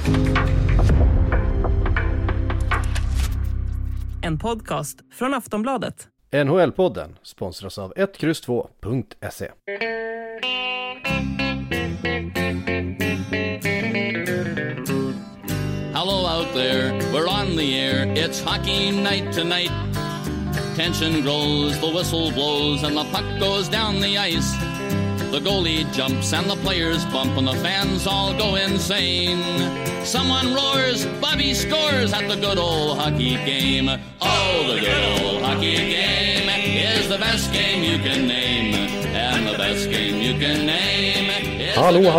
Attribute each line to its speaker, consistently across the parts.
Speaker 1: En podcast från Aftonbladet.
Speaker 2: NHL-podden sponsras av 1X2.se.
Speaker 3: Hello out there, we're on the air, it's hockey night tonight. Tension grows, the whistle blows, and the puck goes down the ice. The goalie jumps and the players bump and the fans all go insane. Someone roars, Bobby scores at the good old hockey game. Oh, the good old hockey game is the best game you can name. And the best game you can name is...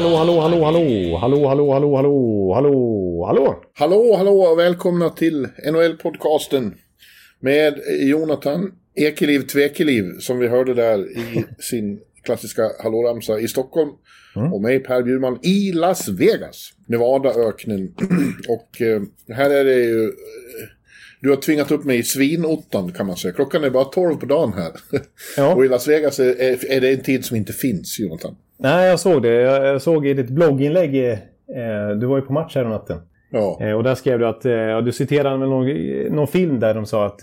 Speaker 4: Hallå, välkomna till NHL-podcasten med Jonathan Ekeliv Tvekeliv som vi hörde där i sin klassiska hallåramsa i Stockholm och mig Per Bjurman i Las Vegas, Nevada-öknen. Och här är det ju, du har tvingat upp mig i svinottan kan man säga. Klockan är bara 12 på dagen här. Ja. Och i Las Vegas är det en tid som inte finns, Jonathan.
Speaker 5: Nej, jag såg det. Jag såg i ditt blogginlägg, du var ju på match här natten. Ja. Och där skrev du att du citerade någon film där de sa att...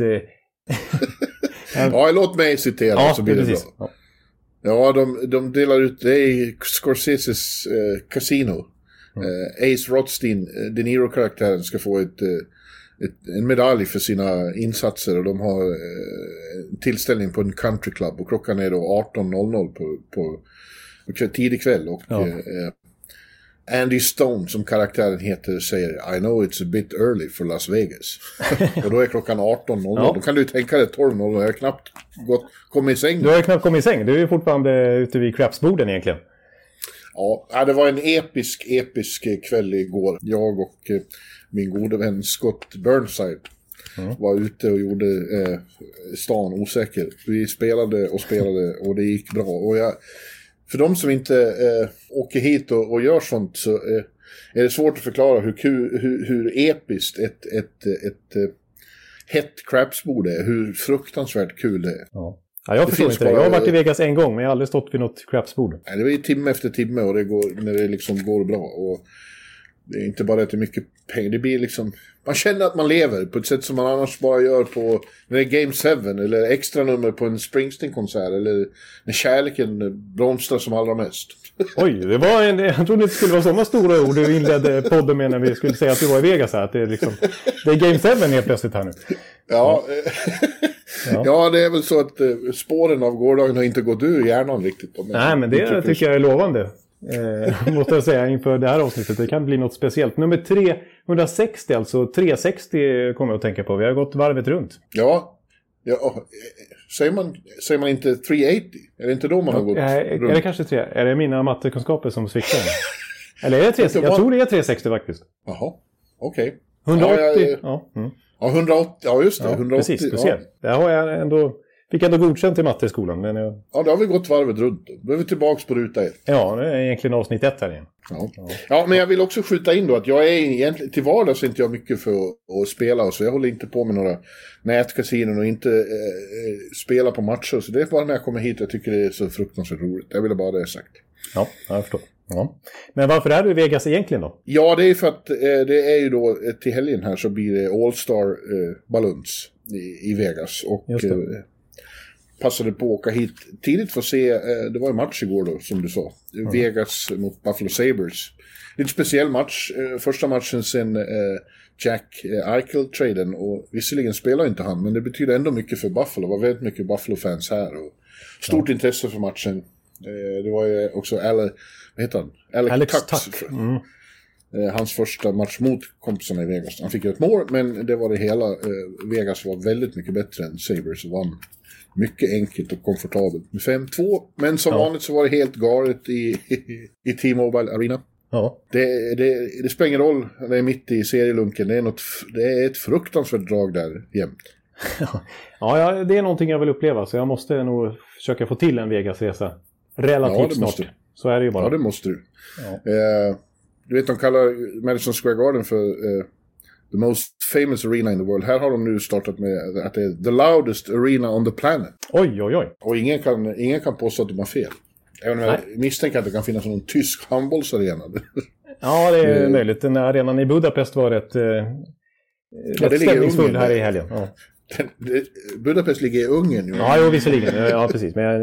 Speaker 4: ja, låt mig citera, ja, så blir det precis bra. Ja, de delar ut det i Scorseses Casino. Ace Rothstein, De Niro-karaktären, ska få en medalj för sina insatser. Och de har en tillställning på en countryclub. Och klockan är då 18.00 på tidig kväll. Och Andy Stone, som karaktären heter, säger I know it's a bit early for Las Vegas. Och då är klockan 18.00. Ja. Då kan du tänka dig 12.00. Jag har knappt kommit i säng.
Speaker 5: Du har ju knappt kommit i säng. Du är ju fortfarande ute vid crapsborden egentligen.
Speaker 4: Ja, det var en episk kväll igår. Jag och min gode vän Scott Burnside var ute och gjorde stan osäker. Vi spelade och det gick bra. Och för de som inte åker hit och gör sånt, så är det svårt att förklara hur episkt ett hett crapsbord är. Hur fruktansvärt kul det är.
Speaker 5: Ja, jag förstår inte det. Jag har varit i Vegas en gång, men jag har aldrig stått vid något crapsbord.
Speaker 4: Nej, det var ju timme efter timme och när det liksom går bra. Och det är inte bara att det är mycket pengar. Det blir liksom... Man känner att man lever på ett sätt som man annars bara gör på när det är Game 7 eller extra nummer på en Springsteen-konsert eller när kärleken blomstrar som allra mest.
Speaker 5: Oj, jag trodde det skulle vara sådana stora ord du inledde podden med när vi skulle säga att du var i Vegas här. Att det är Game 7 helt plötsligt här nu.
Speaker 4: Ja. Ja, det är väl så att spåren av gårdagen har inte gått ur hjärnan riktigt.
Speaker 5: Nej, men det tycker jag är lovande. Måste jag säga inför det här avsnittet. Det kan bli något speciellt. Nummer 360, alltså 360 kommer jag att tänka på. Vi har gått varvet runt.
Speaker 4: Ja. Säger man inte 380? Är det inte då man har gått runt?
Speaker 5: Är det kanske 3? Är det mina mattekunskaper som sviktar? Eller är det 360? Jag tror det är 360 faktiskt.
Speaker 4: Jaha, okej.
Speaker 5: 180?
Speaker 4: Ja, 180, ja just det.
Speaker 5: Ja,
Speaker 4: 180,
Speaker 5: precis, du ser. Det har jag ändå... Fick ändå godkänt i matte i skolan. Men
Speaker 4: ja, då har vi gått varvet runt. Då är vi tillbaka på ruta 1.
Speaker 5: Ja, det är egentligen avsnitt 1 här igen.
Speaker 4: Ja, men jag vill också skjuta in då att jag är egentligen till vardags inte jag mycket för att spela. Och så jag håller inte på med några nätkasinon och inte spela på matcher. Så det är bara när jag kommer hit jag tycker det är så fruktansvärt roligt. Jag ville bara det sagt.
Speaker 5: Ja, jag förstår. Ja. Men varför är du i Vegas egentligen då?
Speaker 4: Ja, det är för att det är ju då till helgen här så blir det All-Star Balloons i Vegas. Och passade på att åka hit tidigt för att se, det var en match igår då som du sa, Vegas mot Buffalo Sabres. Lite speciell match, första matchen sen Jack Eichel-traden, och visserligen spelar inte han, men det betyder ändå mycket för Buffalo. Det var väldigt mycket Buffalo-fans här och stort intresse för matchen. Det var ju också Alex Tuck. Hans första match mot kompisarna i Vegas. Han fick ju ett mål, men det var det hela. Vegas var väldigt mycket bättre än Sabres och vann mycket enkelt och komfortabelt med 5-2. Men som vanligt så var det helt galet i T-Mobile Arena. Ja. Det spelar ingen roll. Det är mitt i serielunken. Det är ett fruktansvärt drag där jämt.
Speaker 5: Ja, det är någonting jag vill uppleva. Så jag måste nog försöka få till en Vegas-resa relativt snart. Så är det ju bara.
Speaker 4: Ja, det måste du. Ja. Du vet, de kallar Madison Square Garden för the most famous arena in the world. Här har de nu startat med att det är the loudest arena on the planet.
Speaker 5: Oj.
Speaker 4: Och ingen kan påstå att de har fel. Även om jag misstänker att det kan finnas någon tysk handbollsarena.
Speaker 5: Ja, det är möjligt. Den här arenan i Budapest var rätt stämningsfull här i helgen. Ja.
Speaker 4: Budapest ligger i Ungern ju.
Speaker 5: Ja, jo, visserligen. Ja, precis. Men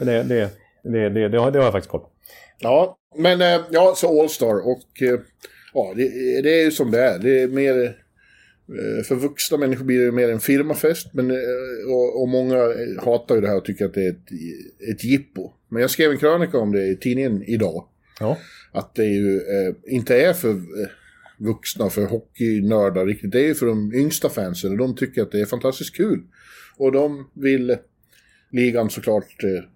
Speaker 5: det har jag faktiskt koll på.
Speaker 4: Ja, men så All-Star och det är ju som det är. Det är mer för vuxna människor blir det mer en firmafest, men och många hatar ju det här och tycker att det är ett jippo. Men jag skrev en krönika om det i tidningen idag. Ja. Att det ju inte är för vuxna, för hockeynördar riktigt. Det är ju för de yngsta fansen, och de tycker att det är fantastiskt kul. Och de vill ligan såklart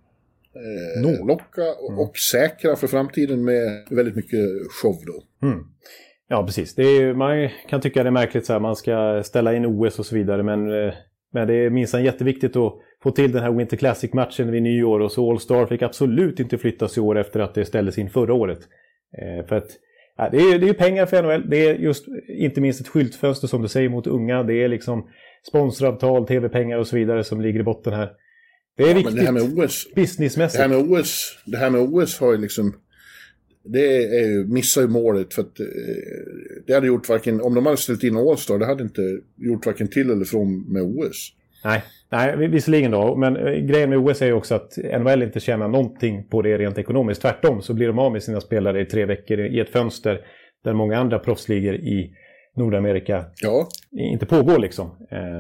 Speaker 4: locka och säkra för framtiden med väldigt mycket show då. Mm.
Speaker 5: Ja, precis. Man kan tycka det är märkligt så här, man ska ställa in OS och så vidare, men det är minst jätteviktigt att få till den här Winter Classic-matchen vid nyår, och så All-Star fick absolut inte flyttas i år efter att det ställdes in förra året. För att det är ju pengar för NHL. Det är just inte minst ett skyltfönster som du säger mot unga. Det är liksom sponsoravtal, tv-pengar och så vidare som ligger i botten här. Det är viktigt.
Speaker 4: Men det här med OS,
Speaker 5: businessmässigt.
Speaker 4: Det här med OS har ju liksom, det är ju, missar ju målet, för att det hade gjort varken, om de hade ställt in All-Star, det hade inte gjort varken till eller från med OS.
Speaker 5: Nej, visserligen då. Men grejen med OS är ju också att NHL inte tjänar någonting på det rent ekonomiskt. Tvärtom så blir de av med sina spelare i 3 veckor i ett fönster där många andra proffsligor i Nordamerika inte pågår liksom.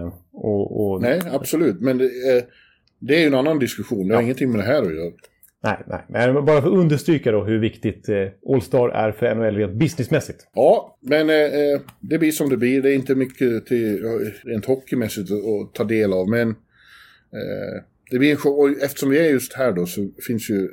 Speaker 4: Nej, absolut. Men det är ju en annan diskussion. Det har ingenting med det här att göra.
Speaker 5: Nej. Men bara för att understryka då hur viktigt All-Star är för NHL rent businessmässigt.
Speaker 4: Ja, men det blir som det blir. Det är inte mycket till rent hockeymässigt att ta del av. Men det blir en show. Och eftersom vi är just här då, så finns ju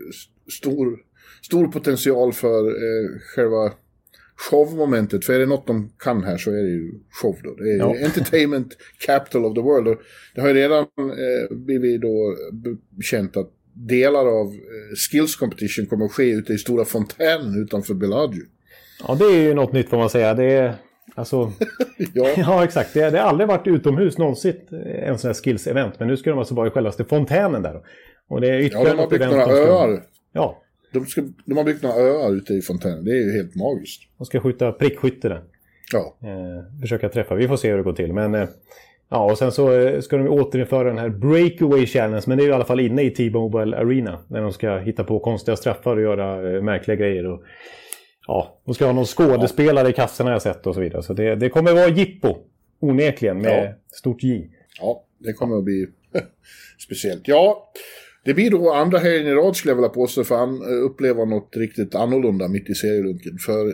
Speaker 4: stor potential för själva showmomentet. För är det något de kan här så är det ju show då. Det är ju entertainment capital of the world. Och det har ju redan blivit då känt att delar av skills competition kommer att ske ute i stora fontänen utanför Bellagio.
Speaker 5: Ja, det är ju något nytt får man säga. Det är alltså ja, exakt. Det har aldrig varit utomhus någonsin en sån här skills-event, men nu ska de alltså vara i självaste fontänen där. Och det är ytterligare
Speaker 4: de har byggt några öar.
Speaker 5: Ja.
Speaker 4: De har byggt några öar ute i fontänen. Det är ju helt magiskt.
Speaker 5: De ska skjuta prickskytte där.
Speaker 4: Ja.
Speaker 5: Försöka träffa. Vi får se hur det går till. Men ja, och sen så ska de återinföra den här breakaway challenge, men det är ju i alla fall inne i T-Mobile Arena när de ska hitta på konstiga straffar och göra märkliga grejer. Och ja, de ska ha någon skådespelare i kassorna jag sett och så vidare. Så det kommer att vara jippo, onekligen, med stort J.
Speaker 4: Ja, det kommer att bli speciellt. Ja, det blir då andra helgen i rad skulle jag vilja påstå, för han upplever något riktigt annorlunda mitt i serielunken. För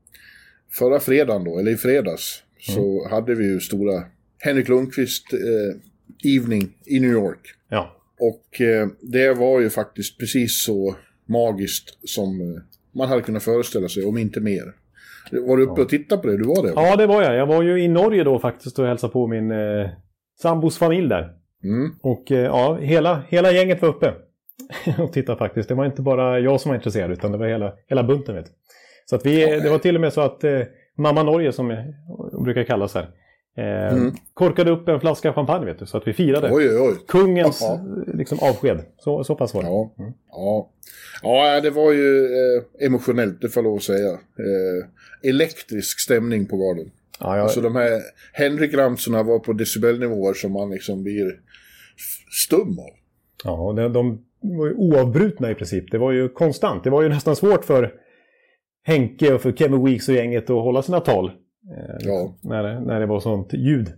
Speaker 4: förra fredagen då, eller i fredags, så hade vi ju stora Henrik Lundqvist evening i New York. Ja. Och det var ju faktiskt precis så magiskt som man hade kunnat föreställa sig, om inte mer. Var du uppe och tittade på det? Du var det?
Speaker 5: Ja, det var jag. Jag var ju i Norge då faktiskt och hälsade på min sambos familj där. Mm. Och hela gänget var uppe och tittade faktiskt. Det var inte bara jag som var intresserad, utan det var hela bunten, vet. Så att det var till och med så att mamma Norge, som jag brukar kallas här, korkade upp en flaska champagne, vet du, så att vi firade kungens liksom avsked. Så pass var det.
Speaker 4: Ja, det var ju emotionellt, det får jag lov att säga. Elektrisk stämning på garden. Alltså de här Henrik-ramsorna var på decibelnivåer som man liksom blir stum av.
Speaker 5: Ja, de var ju oavbrutna i princip. Det var ju konstant. Det var ju nästan svårt för Henke och för Kevin Weeks och gänget att hålla sina tal. När det var sånt ljud.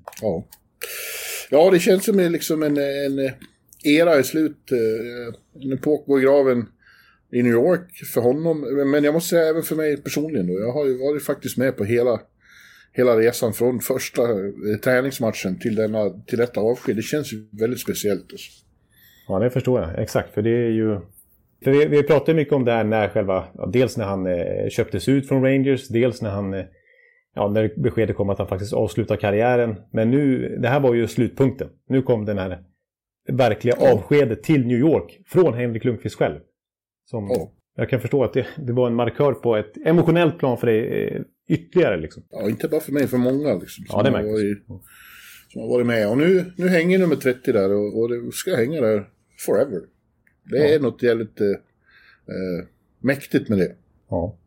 Speaker 4: Ja, det känns som liksom en era i slut. En epok går i graven i New York för honom. Men jag måste säga även för mig personligen då. Jag har ju varit faktiskt med på hela resan från första träningsmatchen till detta avsked. Det känns ju väldigt speciellt. Alltså.
Speaker 5: Ja, det förstår jag. Exakt, för det är ju... För vi pratade mycket om det här när dels när han köptes ut från Rangers, dels när han... när beskedet kom att han faktiskt avslutar karriären. Men nu, det här var ju slutpunkten. Nu kom den här verkliga avskedet till New York från Henrik Lundqvist själv. Jag kan förstå att det var en markör på ett emotionellt plan för dig ytterligare liksom.
Speaker 4: Ja, inte bara för mig, för många liksom.
Speaker 5: Ja, det märks.
Speaker 4: Som har varit med. Och nu hänger nummer 30 där och det ska hänga där forever. Det är något jävligt mäktigt med det.
Speaker 5: Ja.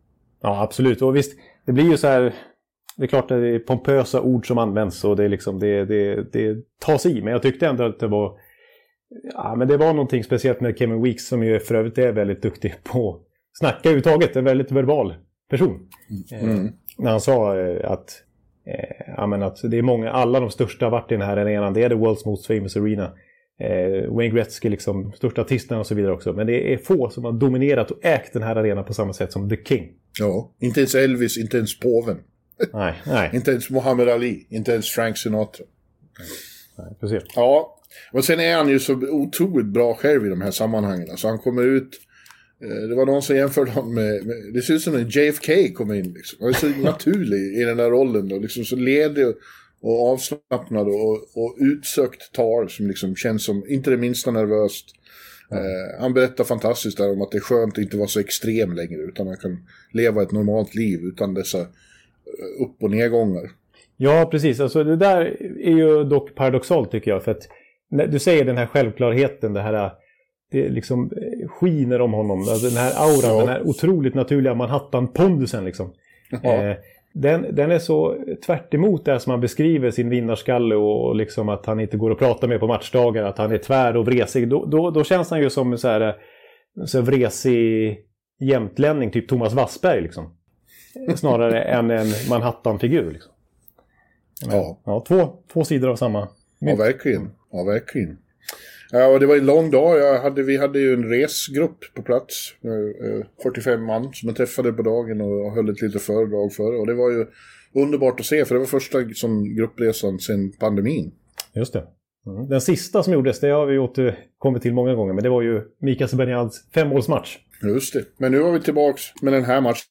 Speaker 5: Ja, absolut. Och visst, det blir ju så här... Det är klart att det är pompösa ord som används och det är liksom det tas i. Men jag tyckte ändå att det var... Ja, men det var någonting speciellt med Kevin Weeks som ju för övrigt är väldigt duktig på att snacka överhuvudtaget. En väldigt verbal person. När han sa att det är många, alla de största har varit i den här arenan. Det är the world's most famous arena. Wayne Gretzky, liksom, största artisterna och så vidare också. Men det är få som har dominerat och ägt den här arenan på samma sätt som The King.
Speaker 4: Ja, inte ens Elvis, inte ens påven.
Speaker 5: Nej.
Speaker 4: Inte ens Muhammad Ali, inte ens Frank Sinatra.
Speaker 5: Nej, precis.
Speaker 4: Ja, och sen är han ju så otroligt bra själv i de här sammanhangen. Så han kommer ut, det var någon som jämförde honom med det ser ut som en JFK kommer in liksom. Han är så naturlig i den där rollen då, liksom så ledig och avslappnad och utsökt tal som liksom känns som inte det minsta nervöst. Han berättar fantastiskt där om att det är skönt att inte vara så extrem längre utan man kan leva ett normalt liv utan dessa upp- och nedgångar.
Speaker 5: Ja, precis. Alltså, det där är ju dock paradoxalt tycker jag. För att du säger den här självklarheten, det här det liksom skiner om honom. Alltså, den här auran, den här otroligt naturliga Manhattan-pondusen liksom.
Speaker 4: Ja.
Speaker 5: Den är så tvärt emot det som man beskriver sin vinnarskalle och liksom att han inte går att prata med på matchdagar, att han är tvär och vresig. Då känns han ju som en så vresig jämtlänning, typ Thomas Wassberg liksom. Snarare än en Manhattan-figur liksom. Ja, två sidor av samma mynt.
Speaker 4: Ja, verkligen. Ja, och det var en lång dag. Vi hade ju en resgrupp på plats. 45 man som jag träffade på dagen och höll ett litet föredrag för. Och det var ju underbart att se för det var första som gruppresan sedan pandemin.
Speaker 5: Just det. Den sista som gjordes, det har vi återkommit till många gånger. Men det var ju Mika Zibanejad's 5-målsmatch.
Speaker 4: Just det. Men nu var vi tillbaks med den här matchen.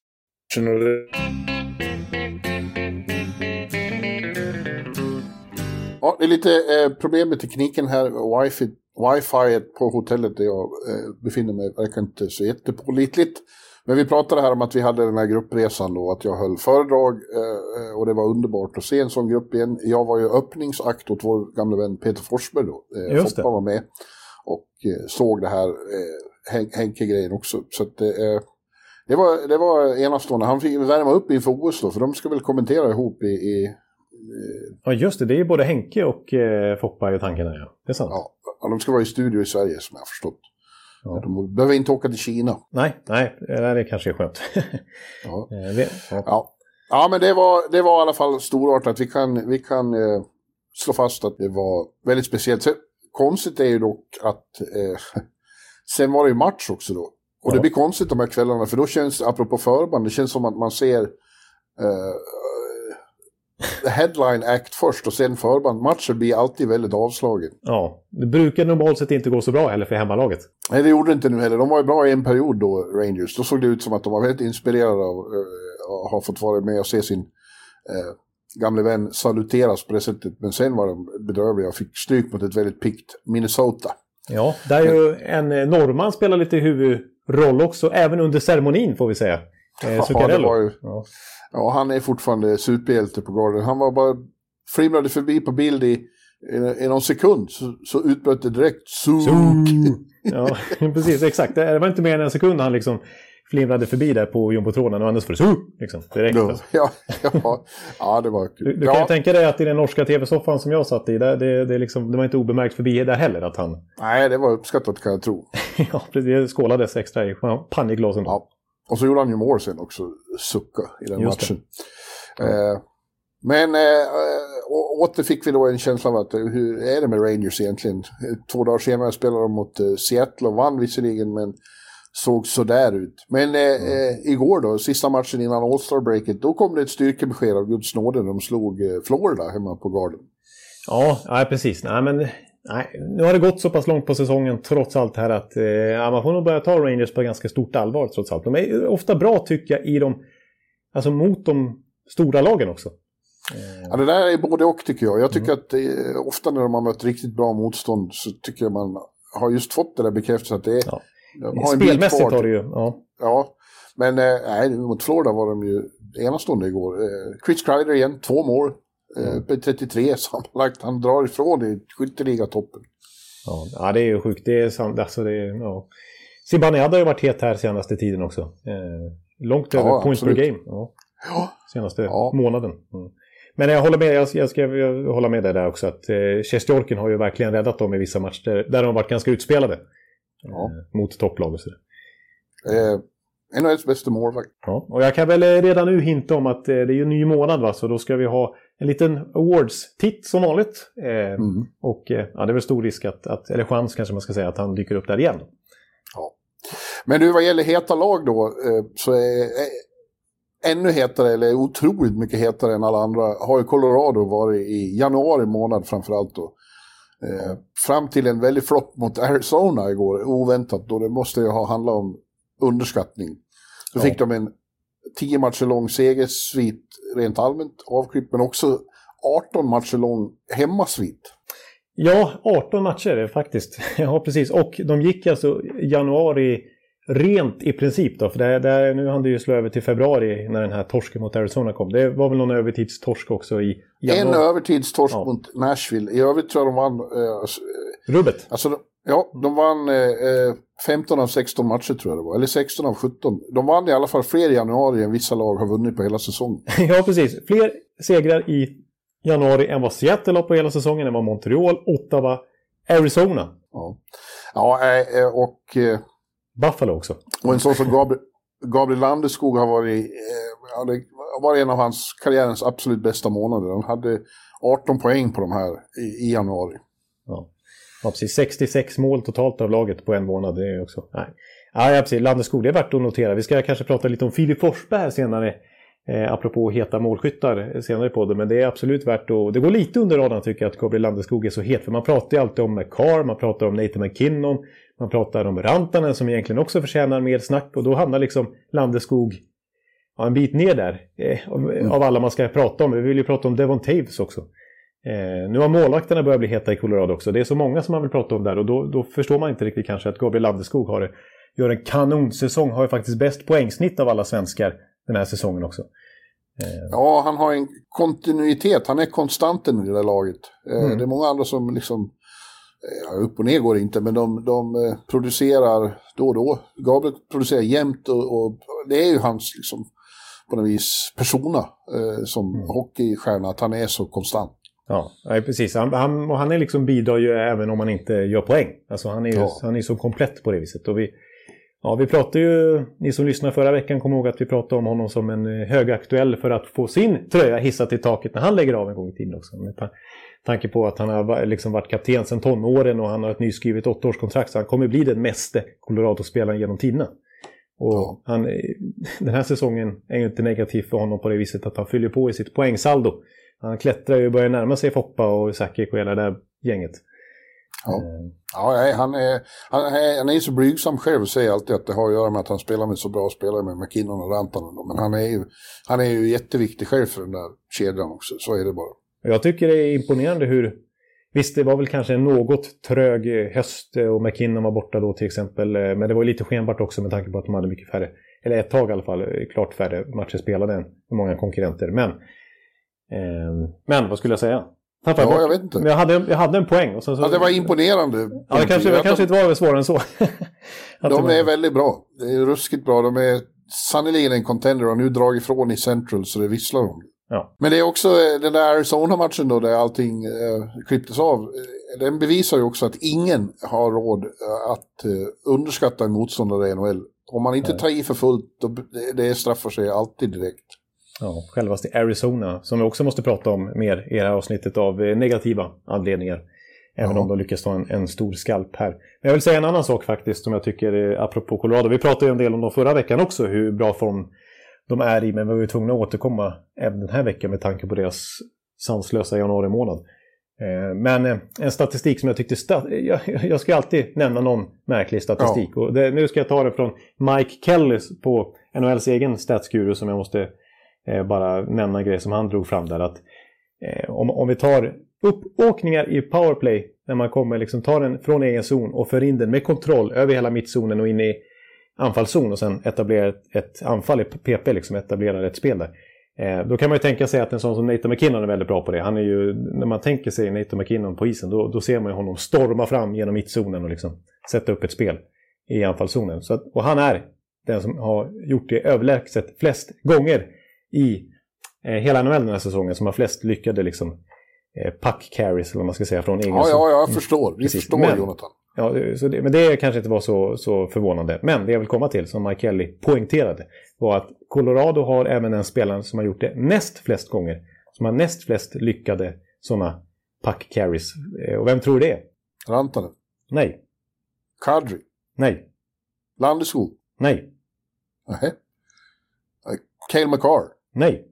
Speaker 4: Ja, det är lite problem med tekniken här. Wi-Fi på hotellet där jag befinner mig verkar inte så jättepålitligt. Men vi pratade här om att vi hade den här gruppresan då, att jag höll föredrag och det var underbart att se en sån grupp igen. Jag var ju öppningsakt åt vår gamla vän Peter Forsberg då. Foppa var med och såg det här Henke-grejen också. Så att det var enastående. Han fick värma upp inför OS då, för de ska väl kommentera ihop i
Speaker 5: Ja just det, det är både Henke och Foppa i tanken här, ja. Det är sant.
Speaker 4: Ja, de ska vara i studio i Sverige som jag har förstått. Ja. De behöver inte åka till Kina.
Speaker 5: Nej, det kanske är skönt.
Speaker 4: Ja, men det var i alla fall storartat. Vi kan slå fast att det var väldigt speciellt. Så, konstigt är ju dock att sen var det ju match också då. Och det blir konstigt de här kvällarna, för då känns, apropå förband, det känns som att man ser headline act först och sen förband. Matcher blir alltid väldigt avslagen. Ja,
Speaker 5: det brukar normalt sett inte gå så bra heller för hemmalaget.
Speaker 4: Nej, det gjorde det inte nu heller. De var ju bra i en period då, Rangers. Då såg det ut som att de var väldigt inspirerade av att ha fått vara med och se sin gamle vän saluteras på det sättet. Men sen var de bedrövliga och fick stryk mot ett väldigt pikt Minnesota.
Speaker 5: Ja, där är ju en norrman spelar lite huvudroll också, även under ceremonin får vi säga.
Speaker 4: Det var ju... Ja, han är fortfarande superhjälte på Garden. Han var bara flimrade förbi på bild i någon sekund. Så utbröt det direkt.
Speaker 5: Ja, precis. Exakt. Det var inte mer än en sekund han liksom flimrade förbi där på jumbotronen och annars för det liksom, direkt.
Speaker 4: Ja, det var kul.
Speaker 5: Du kan ju tänka dig att i den norska tv-soffan som jag satt i, det liksom, det var inte obemärkt förbi där heller att han...
Speaker 4: Nej, det var uppskattat kan jag tro.
Speaker 5: Ja, det skålades extra i panniglasen.
Speaker 4: Ja. Och så gjorde han ju mål sen också, sucka i den matchen. Men åter fick vi då en känsla av att hur är det med Rangers egentligen? 2 dagar senare spelade de mot Seattle och vann visserligen, men såg så där ut. Men igår då, sista matchen innan All-Star-breaket, då kom det ett styrkebesked av Guds nåde när de slog Florida hemma på Garden.
Speaker 5: Ja, precis. Nu har det gått så pass långt på säsongen trots allt här att man får nog börja ta Rangers på ganska stort allvar trots allt. De är ofta bra tycker jag alltså mot de stora lagen också.
Speaker 4: Ja, det där är både och tycker jag. Jag tycker att ofta när de har mött riktigt bra motstånd så tycker jag man har just fått det där bekräftat att det är...
Speaker 5: Ja. Spelmässigt har det ju.
Speaker 4: Ja. Men mot Florida var de ju enastående igår. Chris Kreider igen, 2 mål. 33 sammanlagt. Han drar ifrån i skytteliga-toppen.
Speaker 5: Ja, det är ju sjukt. Det är sant. Alltså Zibanejad har ju varit het här senaste tiden också. Långt över points per game. Senaste månaden. Men jag håller med, jag ska hålla med dig där också. Att Sjestjorkin har ju verkligen räddat dem i vissa matcher där de har varit ganska utspelade. Mot topplag och så.
Speaker 4: NHLs bästa målvakt.
Speaker 5: Ja, och jag kan väl redan nu hinta om att det är ju en ny månad, va? Så då ska vi ha en liten awards-titt som vanligt. Och det är väl stor risk eller chans kanske man ska säga, att han dyker upp där igen.
Speaker 4: Ja. Men du, vad gäller heta lag då, så är ännu hetare, eller otroligt mycket hetare än alla andra, har ju Colorado varit i januari månad framförallt då. Fram till en väldigt flopp mot Arizona igår, oväntat då. Det måste ju ha handlat om underskattning. Så fick de en 10 matcher lång segersvit rent allmänt avklippt, men också 18 matcher lång hemmasvit.
Speaker 5: Ja, 18 matcher faktiskt. Ja, precis. Och de gick alltså januari rent i princip då. För nu hann det ju slå över till februari när den här torsken mot Arizona kom. Det var väl någon övertidstorsk också i januari.
Speaker 4: En övertidstorsk mot Nashville. I övrigt tror jag de vann...
Speaker 5: Rubbet.
Speaker 4: Alltså, de vann 15 av 16 matcher tror jag det var. Eller 16 av 17. De vann i alla fall fler i januari än vissa lag har vunnit på hela säsongen.
Speaker 5: Ja, precis. Fler segrar i januari än vad Seattle har på hela säsongen, än vad Montreal, Ottawa, Arizona.
Speaker 4: Och...
Speaker 5: Buffalo också.
Speaker 4: Och en sån som Gabriel Landeskog har varit en av hans karriärens absolut bästa månader. Han hade 18 poäng på de här i januari.
Speaker 5: Ja, precis. 66 mål totalt av laget på en månad. Det är också... Nej. Ja, precis. Landeskog, det är värt att notera. Vi ska kanske prata lite om Filip Forsberg senare. Apropå heta målskyttar senare på det. Men det är absolut värt att... Det går lite under radarn tycker jag att Gabriel Landeskog är så het. För man pratar ju alltid om Carr, man pratar om Nathan McKinnon. Man pratar om Rantanen som egentligen också förtjänar mer snack. Och då hamnar liksom Landeskog en bit ner där. Av alla man ska prata om. Vi vill ju prata om Devon Taves också. Nu har målvakterna börjat bli heta i Colorado också. Det är så många som man vill prata om där. Och då förstår man inte riktigt kanske att Gabriel Landeskog gör en kanonsäsong. Har ju faktiskt bäst poängsnitt av alla svenskar den här säsongen också.
Speaker 4: Ja, han har en kontinuitet. Han är konstanten i det där laget. Det är många andra som liksom... upp och ner går inte, men de producerar då och då. Gabriel producerar jämt och det är ju hans liksom, på något vis persona som hockeystjärna, att han är så konstant.
Speaker 5: Ja, precis. Han är liksom bidrar ju även om man inte gör poäng. Alltså han är så komplett på det viset. Och vi pratade ju, ni som lyssnade förra veckan kommer ihåg att vi pratade om honom som en högaktuell för att få sin tröja hissat i taket när han lägger av en gång i tiden också. Med tanke på att han har liksom varit kapten sedan tonåren och han har ett nyskrivet 8-årskontrakt, så han kommer bli den meste Colorado-spelaren genom tiderna. Och den här säsongen är ju inte negativ för honom på det viset att han fyller på i sitt poängsaldo. Han klättrar ju och börjar närma sig Foppa och Sakic och hela det där gänget.
Speaker 4: Han är så blygsam själv och säger alltid att det har att göra med att han spelar med så bra spelare med McKinnon och Rantanen. Men han är ju jätteviktig själv för den där kedjan också, så är det bara.
Speaker 5: Jag tycker det är imponerande hur... Visst, det var väl kanske en något trög höst och McKinnon var borta då till exempel. Men det var ju lite skenbart också med tanke på att de hade mycket färre, eller ett tag i alla fall, klart färre matcher spelade än många konkurrenter. Men vad skulle jag säga?
Speaker 4: Jag vet inte.
Speaker 5: Men jag hade en poäng. Och så,
Speaker 4: det var imponerande.
Speaker 5: Ja, det kanske inte var svårare än så.
Speaker 4: De är väldigt bra. Det är ruskigt bra. De är sannolikt en contender och nu drar ifrån i Central så det visslar om.
Speaker 5: Ja.
Speaker 4: Men det är också den där Arizona-matchen då där allting klipptes av. Den bevisar ju också att ingen har råd att underskatta en motståndare i NHL. Om man inte tar i för fullt, det straffar sig alltid direkt.
Speaker 5: Ja, självaste Arizona, som vi också måste prata om mer i det här avsnittet av negativa anledningar. Även om de lyckas ta en stor skalp här. Men jag vill säga en annan sak faktiskt som jag tycker, apropå Colorado. Vi pratade ju en del om dem förra veckan också, hur bra form de är i. Men vi var ju tvungna att återkomma även den här veckan med tanke på deras sanslösa januari månad. Men en statistik som jag tyckte... Jag ska alltid nämna någon märklig statistik. Ja. Och nu ska jag ta det från Mike Kelly på NHLs egen statsguru som jag måste... bara nämna en grej som han drog fram där, att om vi tar uppåkningar i powerplay när man kommer liksom tar den från egen zon och för in den med kontroll över hela mittzonen och in i anfallszon och sen etablerar ett anfall i PP, liksom etablerar ett spel där. Då kan man ju tänka sig att en sån som Nathan McKinnon är väldigt bra på det. Han är ju, när man tänker sig Nathan McKinnon på isen, då ser man ju honom storma fram genom mittzonen och liksom sätta upp ett spel i anfallszonen. Och han är den som har gjort det överlägset flest gånger i hela NHL den här säsongen, som har flest lyckade liksom puck carries, eller vad man ska säga, från egen zon.
Speaker 4: Ja, jag förstår. Vi förstår, men, Jonathan.
Speaker 5: Ja, men det kanske inte var så förvånande. Men det jag vill komma till, som Mike Kelly poängterade, var att Colorado har även en spelare som har gjort det näst flest gånger. Som har näst flest lyckade sådana puck carries. Och vem tror det är?
Speaker 4: Rantanen.
Speaker 5: Nej.
Speaker 4: Kadri.
Speaker 5: Nej.
Speaker 4: Landeskog.
Speaker 5: Nej.
Speaker 4: Nej. Cale Makar.
Speaker 5: Nej.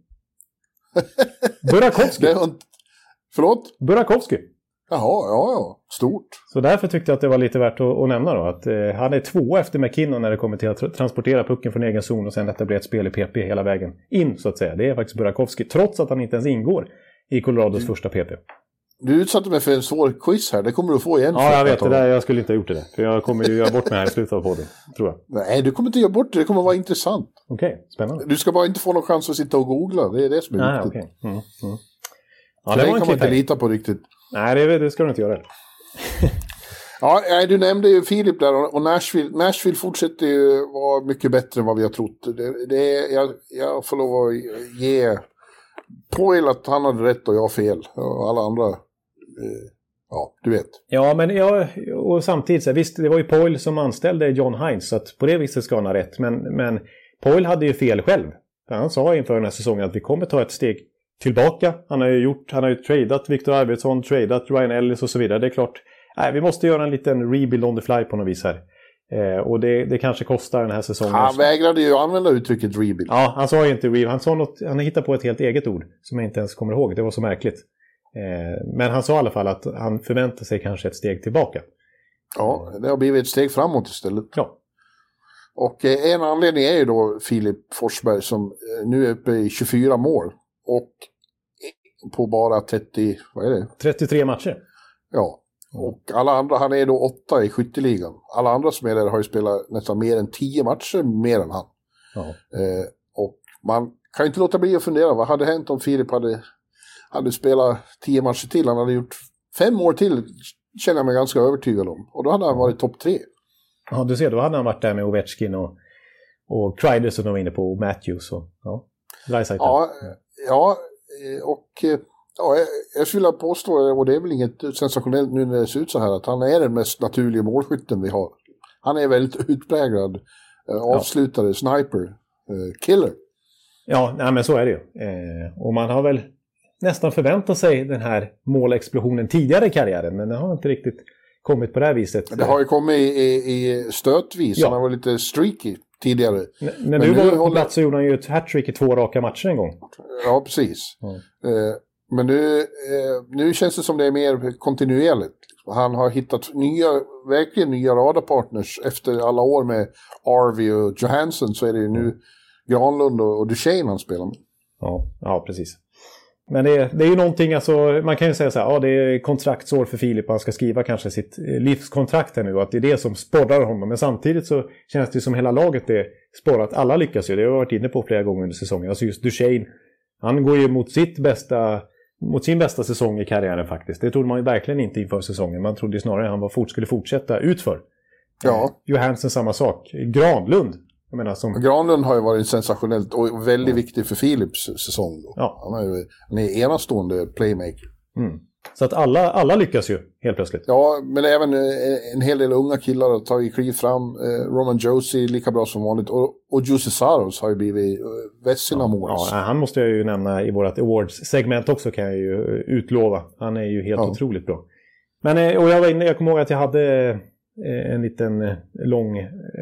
Speaker 5: Burakovsky.
Speaker 4: Förlåt?
Speaker 5: Burakovsky.
Speaker 4: Jaha, ja. Stort.
Speaker 5: Så därför tyckte jag att det var lite värt att nämna då. Att han är 2 efter McKinnon när det kommer till att transportera pucken från egen zon och sen etablera ett spel i PP hela vägen in, så att säga. Det är faktiskt Burakovsky, trots att han inte ens ingår i Colorados första PP.
Speaker 4: Du utsatte mig för en svår quiz här. Det kommer du få igen.
Speaker 5: Ja, jag vet det där. Jag skulle inte ha gjort det. För jag kommer ju göra bort mig här i slutet av podden, tror jag.
Speaker 4: Nej, du kommer inte göra bort det. Det kommer vara intressant.
Speaker 5: Okej, spännande.
Speaker 4: Du ska bara inte få någon chans att sitta och googla. Det är det som är viktigt.
Speaker 5: Okay.
Speaker 4: Ja, det kan man inte lita på riktigt.
Speaker 5: Nej, det ska du inte göra.
Speaker 4: Ja, du nämnde ju Filip där, och Nashville fortsätter ju vara mycket bättre än vad vi har trott. Jag får lov att ge Poyle att han hade rätt och jag fel. Och alla andra, ja, du vet.
Speaker 5: Ja, men och samtidigt, så visst, det var ju Poyle som anställde John Hines, så att på det viset ska han ha rätt. Men Poyle hade ju fel själv. Han sa inför den här säsongen att vi kommer ta ett steg tillbaka. Han har ju tradat Victor Arvidsson, tradat Ryan Ellis och så vidare. Det är klart, vi måste göra en liten rebuild on the fly på något vis här. Och det kanske kostar den här säsongen.
Speaker 4: Han vägrade ju använda uttrycket rebuild.
Speaker 5: Ja, han sa ju inte rebuild. Han sa något, han hittade på ett helt eget ord som jag inte ens kommer ihåg. Det var så märkligt. Men han sa i alla fall att han förväntar sig kanske ett steg tillbaka.
Speaker 4: Ja, det har blivit ett steg framåt istället.
Speaker 5: Ja.
Speaker 4: Och en anledning är ju då Filip Forsberg som nu är uppe i 24 mål. Och på bara
Speaker 5: 33 matcher.
Speaker 4: Ja, och alla andra, han är då 8 i skytteligan. Alla andra som är där har ju spelat nästan mer än 10 matcher mer än han.
Speaker 5: Ja.
Speaker 4: Och man kan inte låta bli att fundera, vad hade hänt om Filip hade spelat 10 matcher till? Han hade gjort 5 år till, känner jag mig ganska övertygad om. Och då hade han varit topp 3.
Speaker 5: Ja, du ser, då hade han varit där med Ovechkin och Kreider som de var inne på, och Matthews och jag skulle vilja påstå, och det är väl inget sensationellt nu när det ser ut så här, att han är den mest naturliga målskytten vi har. Han är väldigt utpräglad avslutare, sniper, killer. Ja, nej, men så är det ju. Och man har väl nästan förväntat sig den här målexplosionen tidigare i karriären, men det har inte riktigt kommit på det här viset. Det
Speaker 4: har ju kommit i stötvis,
Speaker 5: ja.
Speaker 4: Han var lite streaky tidigare.
Speaker 5: När du var på plats så gjorde han ju ett hattrick i 2 raka matcher en gång.
Speaker 4: Ja, precis. Men nu känns det som det är mer kontinuerligt. Han har hittat verkligen nya radarpartners efter alla år med Arvi och Johansson, så är det ju nu Granlund och Duchene han spelar med.
Speaker 5: Ja, precis. Men det är ju någonting, alltså, man kan ju säga så här, det är kontraktsår för Filip, han ska skriva kanske sitt livskontrakt här nu, och att det är det som sporrar honom. Men samtidigt så känns det som hela laget är sporrat. Alla lyckas ju, det har jag varit inne på flera gånger under säsongen. Alltså just Duchene, han går ju mot sin bästa säsong i karriären faktiskt. Det trodde man ju verkligen inte inför säsongen. Man trodde ju snarare att han skulle fortsätta utför.
Speaker 4: Ja.
Speaker 5: Johansson samma sak. Granlund.
Speaker 4: Granlund har ju varit sensationellt och väldigt viktig för Philips säsong då.
Speaker 5: Ja.
Speaker 4: Han är enastående playmaker.
Speaker 5: Så att alla lyckas ju helt plötsligt.
Speaker 4: Ja, men även en hel del unga killar har tagit kliv fram. Roman Josie lika bra som vanligt. Och Jussi Saros har ju blivit Vessina måls.
Speaker 5: Ja, han måste jag ju nämna i vårt awards-segment också, kan jag ju utlova. Han är ju helt otroligt bra. Men och jag kommer ihåg att jag hade en liten lång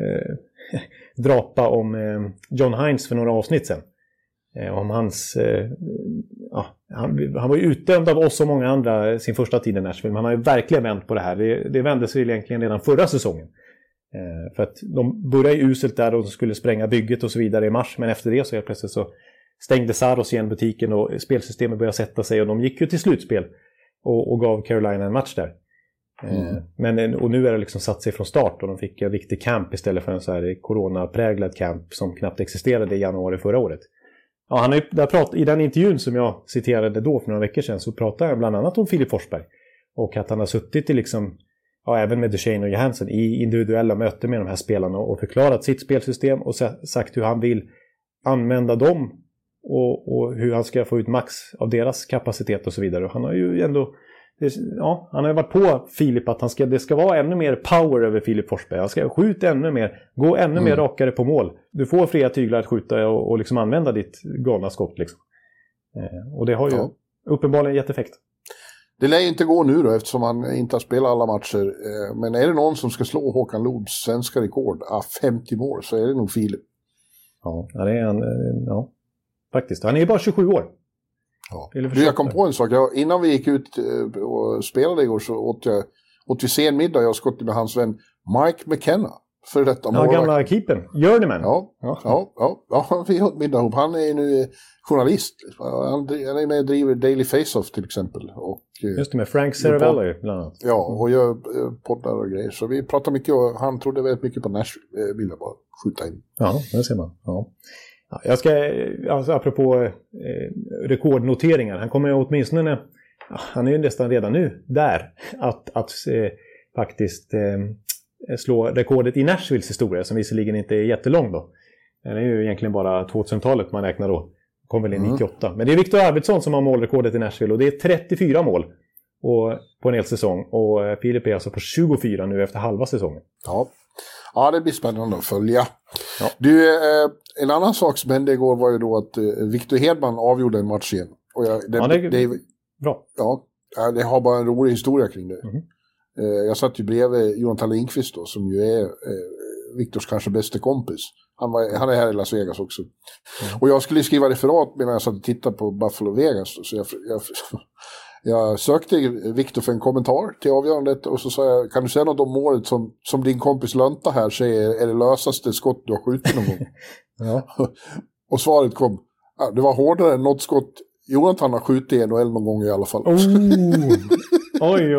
Speaker 5: drapa om John Hines för några avsnitt sedan. Om hans... han var ju utdömd av oss och många andra sin första tid i Nashville. Men han har ju verkligen vänt på det här. Det vände sig egentligen redan förra säsongen. För att de började ju uselt där och skulle spränga bygget och så vidare i mars. Men efter det så helt plötsligt så stängde Saros igen butiken och spelsystemet började sätta sig. Och de gick ju till slutspel och gav Carolina en match där. Och nu är det liksom satt sig från start och de fick en riktig camp istället för en så här coronapräglad camp som knappt existerade i januari förra året. Ja, i den intervjun som jag citerade då för några veckor sedan så pratade jag bland annat om Filip Forsberg och att han har suttit i liksom även med Duchene och Johansson i individuella möten med de här spelarna och förklarat sitt spelsystem och sagt hur han vill använda dem och hur han ska få ut max av deras kapacitet och så vidare. Och han har ju ändå han har ju varit på Filip att det ska vara ännu mer power över Filip Forsberg. Han ska skjuta ännu mer, gå ännu mer rakare på mål. Du får fria tyglar att skjuta och liksom använda ditt galna skott liksom. Och det har ju uppenbarligen gett effekt.
Speaker 4: Det lär inte gå nu då eftersom han inte har spelat alla matcher. Men är det någon som ska slå Håkan Loods svenska rekord 50 mål så är det nog Filip.
Speaker 5: Ja, det är han. Ja, faktiskt. Han är ju bara 27 år.
Speaker 4: Ja. Jag kom på en sak. Innan vi gick ut och spelade igår så åt vi sen middag. Jag skott med hans vän Mike McKenna. För detta
Speaker 5: gamla keepern. Journeyman.
Speaker 4: Ja, vi åt middag ihop. Han är nu journalist. Han är med och driver Daily Face-Off till exempel. Och,
Speaker 5: just det, med Frank Ceravelli bland annat.
Speaker 4: Ja, och gör poddar och grejer. Så vi pratar mycket och han trodde väldigt mycket på Nashville. Vill jag bara skjuta in.
Speaker 5: Ja, det ser man. Ja. Jag ska, alltså apropå rekordnoteringar, han kommer ju åtminstone, han är ju nästan redan nu där att faktiskt slå rekordet i Nashvilles historia som visserligen inte är jättelång då. Det är ju egentligen bara 2000-talet man räknar då. Kom väl i 98. Men det är Victor Arvidsson som har målrekordet i Nashville och det är 34 mål på en hel säsong och Filip är alltså på 24 nu efter halva säsongen.
Speaker 4: Ja, det blir spännande att följa. Ja. Du, en annan sak som hände igår var ju då att Victor Hedman avgjorde en match igen. Och det är
Speaker 5: bra.
Speaker 4: Ja, det har bara en rolig historia kring det. Jag satt ju bredvid Jonathan Lindqvist då, som ju är Victors kanske bästa kompis. Han är här i Las Vegas också. Och jag skulle skriva referat medan jag satt och tittade på Buffalo Vegas. Då, så jag sökte Victor för en kommentar till avgörandet och så sa jag, kan du säga något om målet som din kompis Lönta här säger är det lösaste skott du har skjutit någon gång? Och svaret kom, det var hårdare än något skott Jonathan har skjutit i NHL någon gång i alla fall.
Speaker 5: Oj.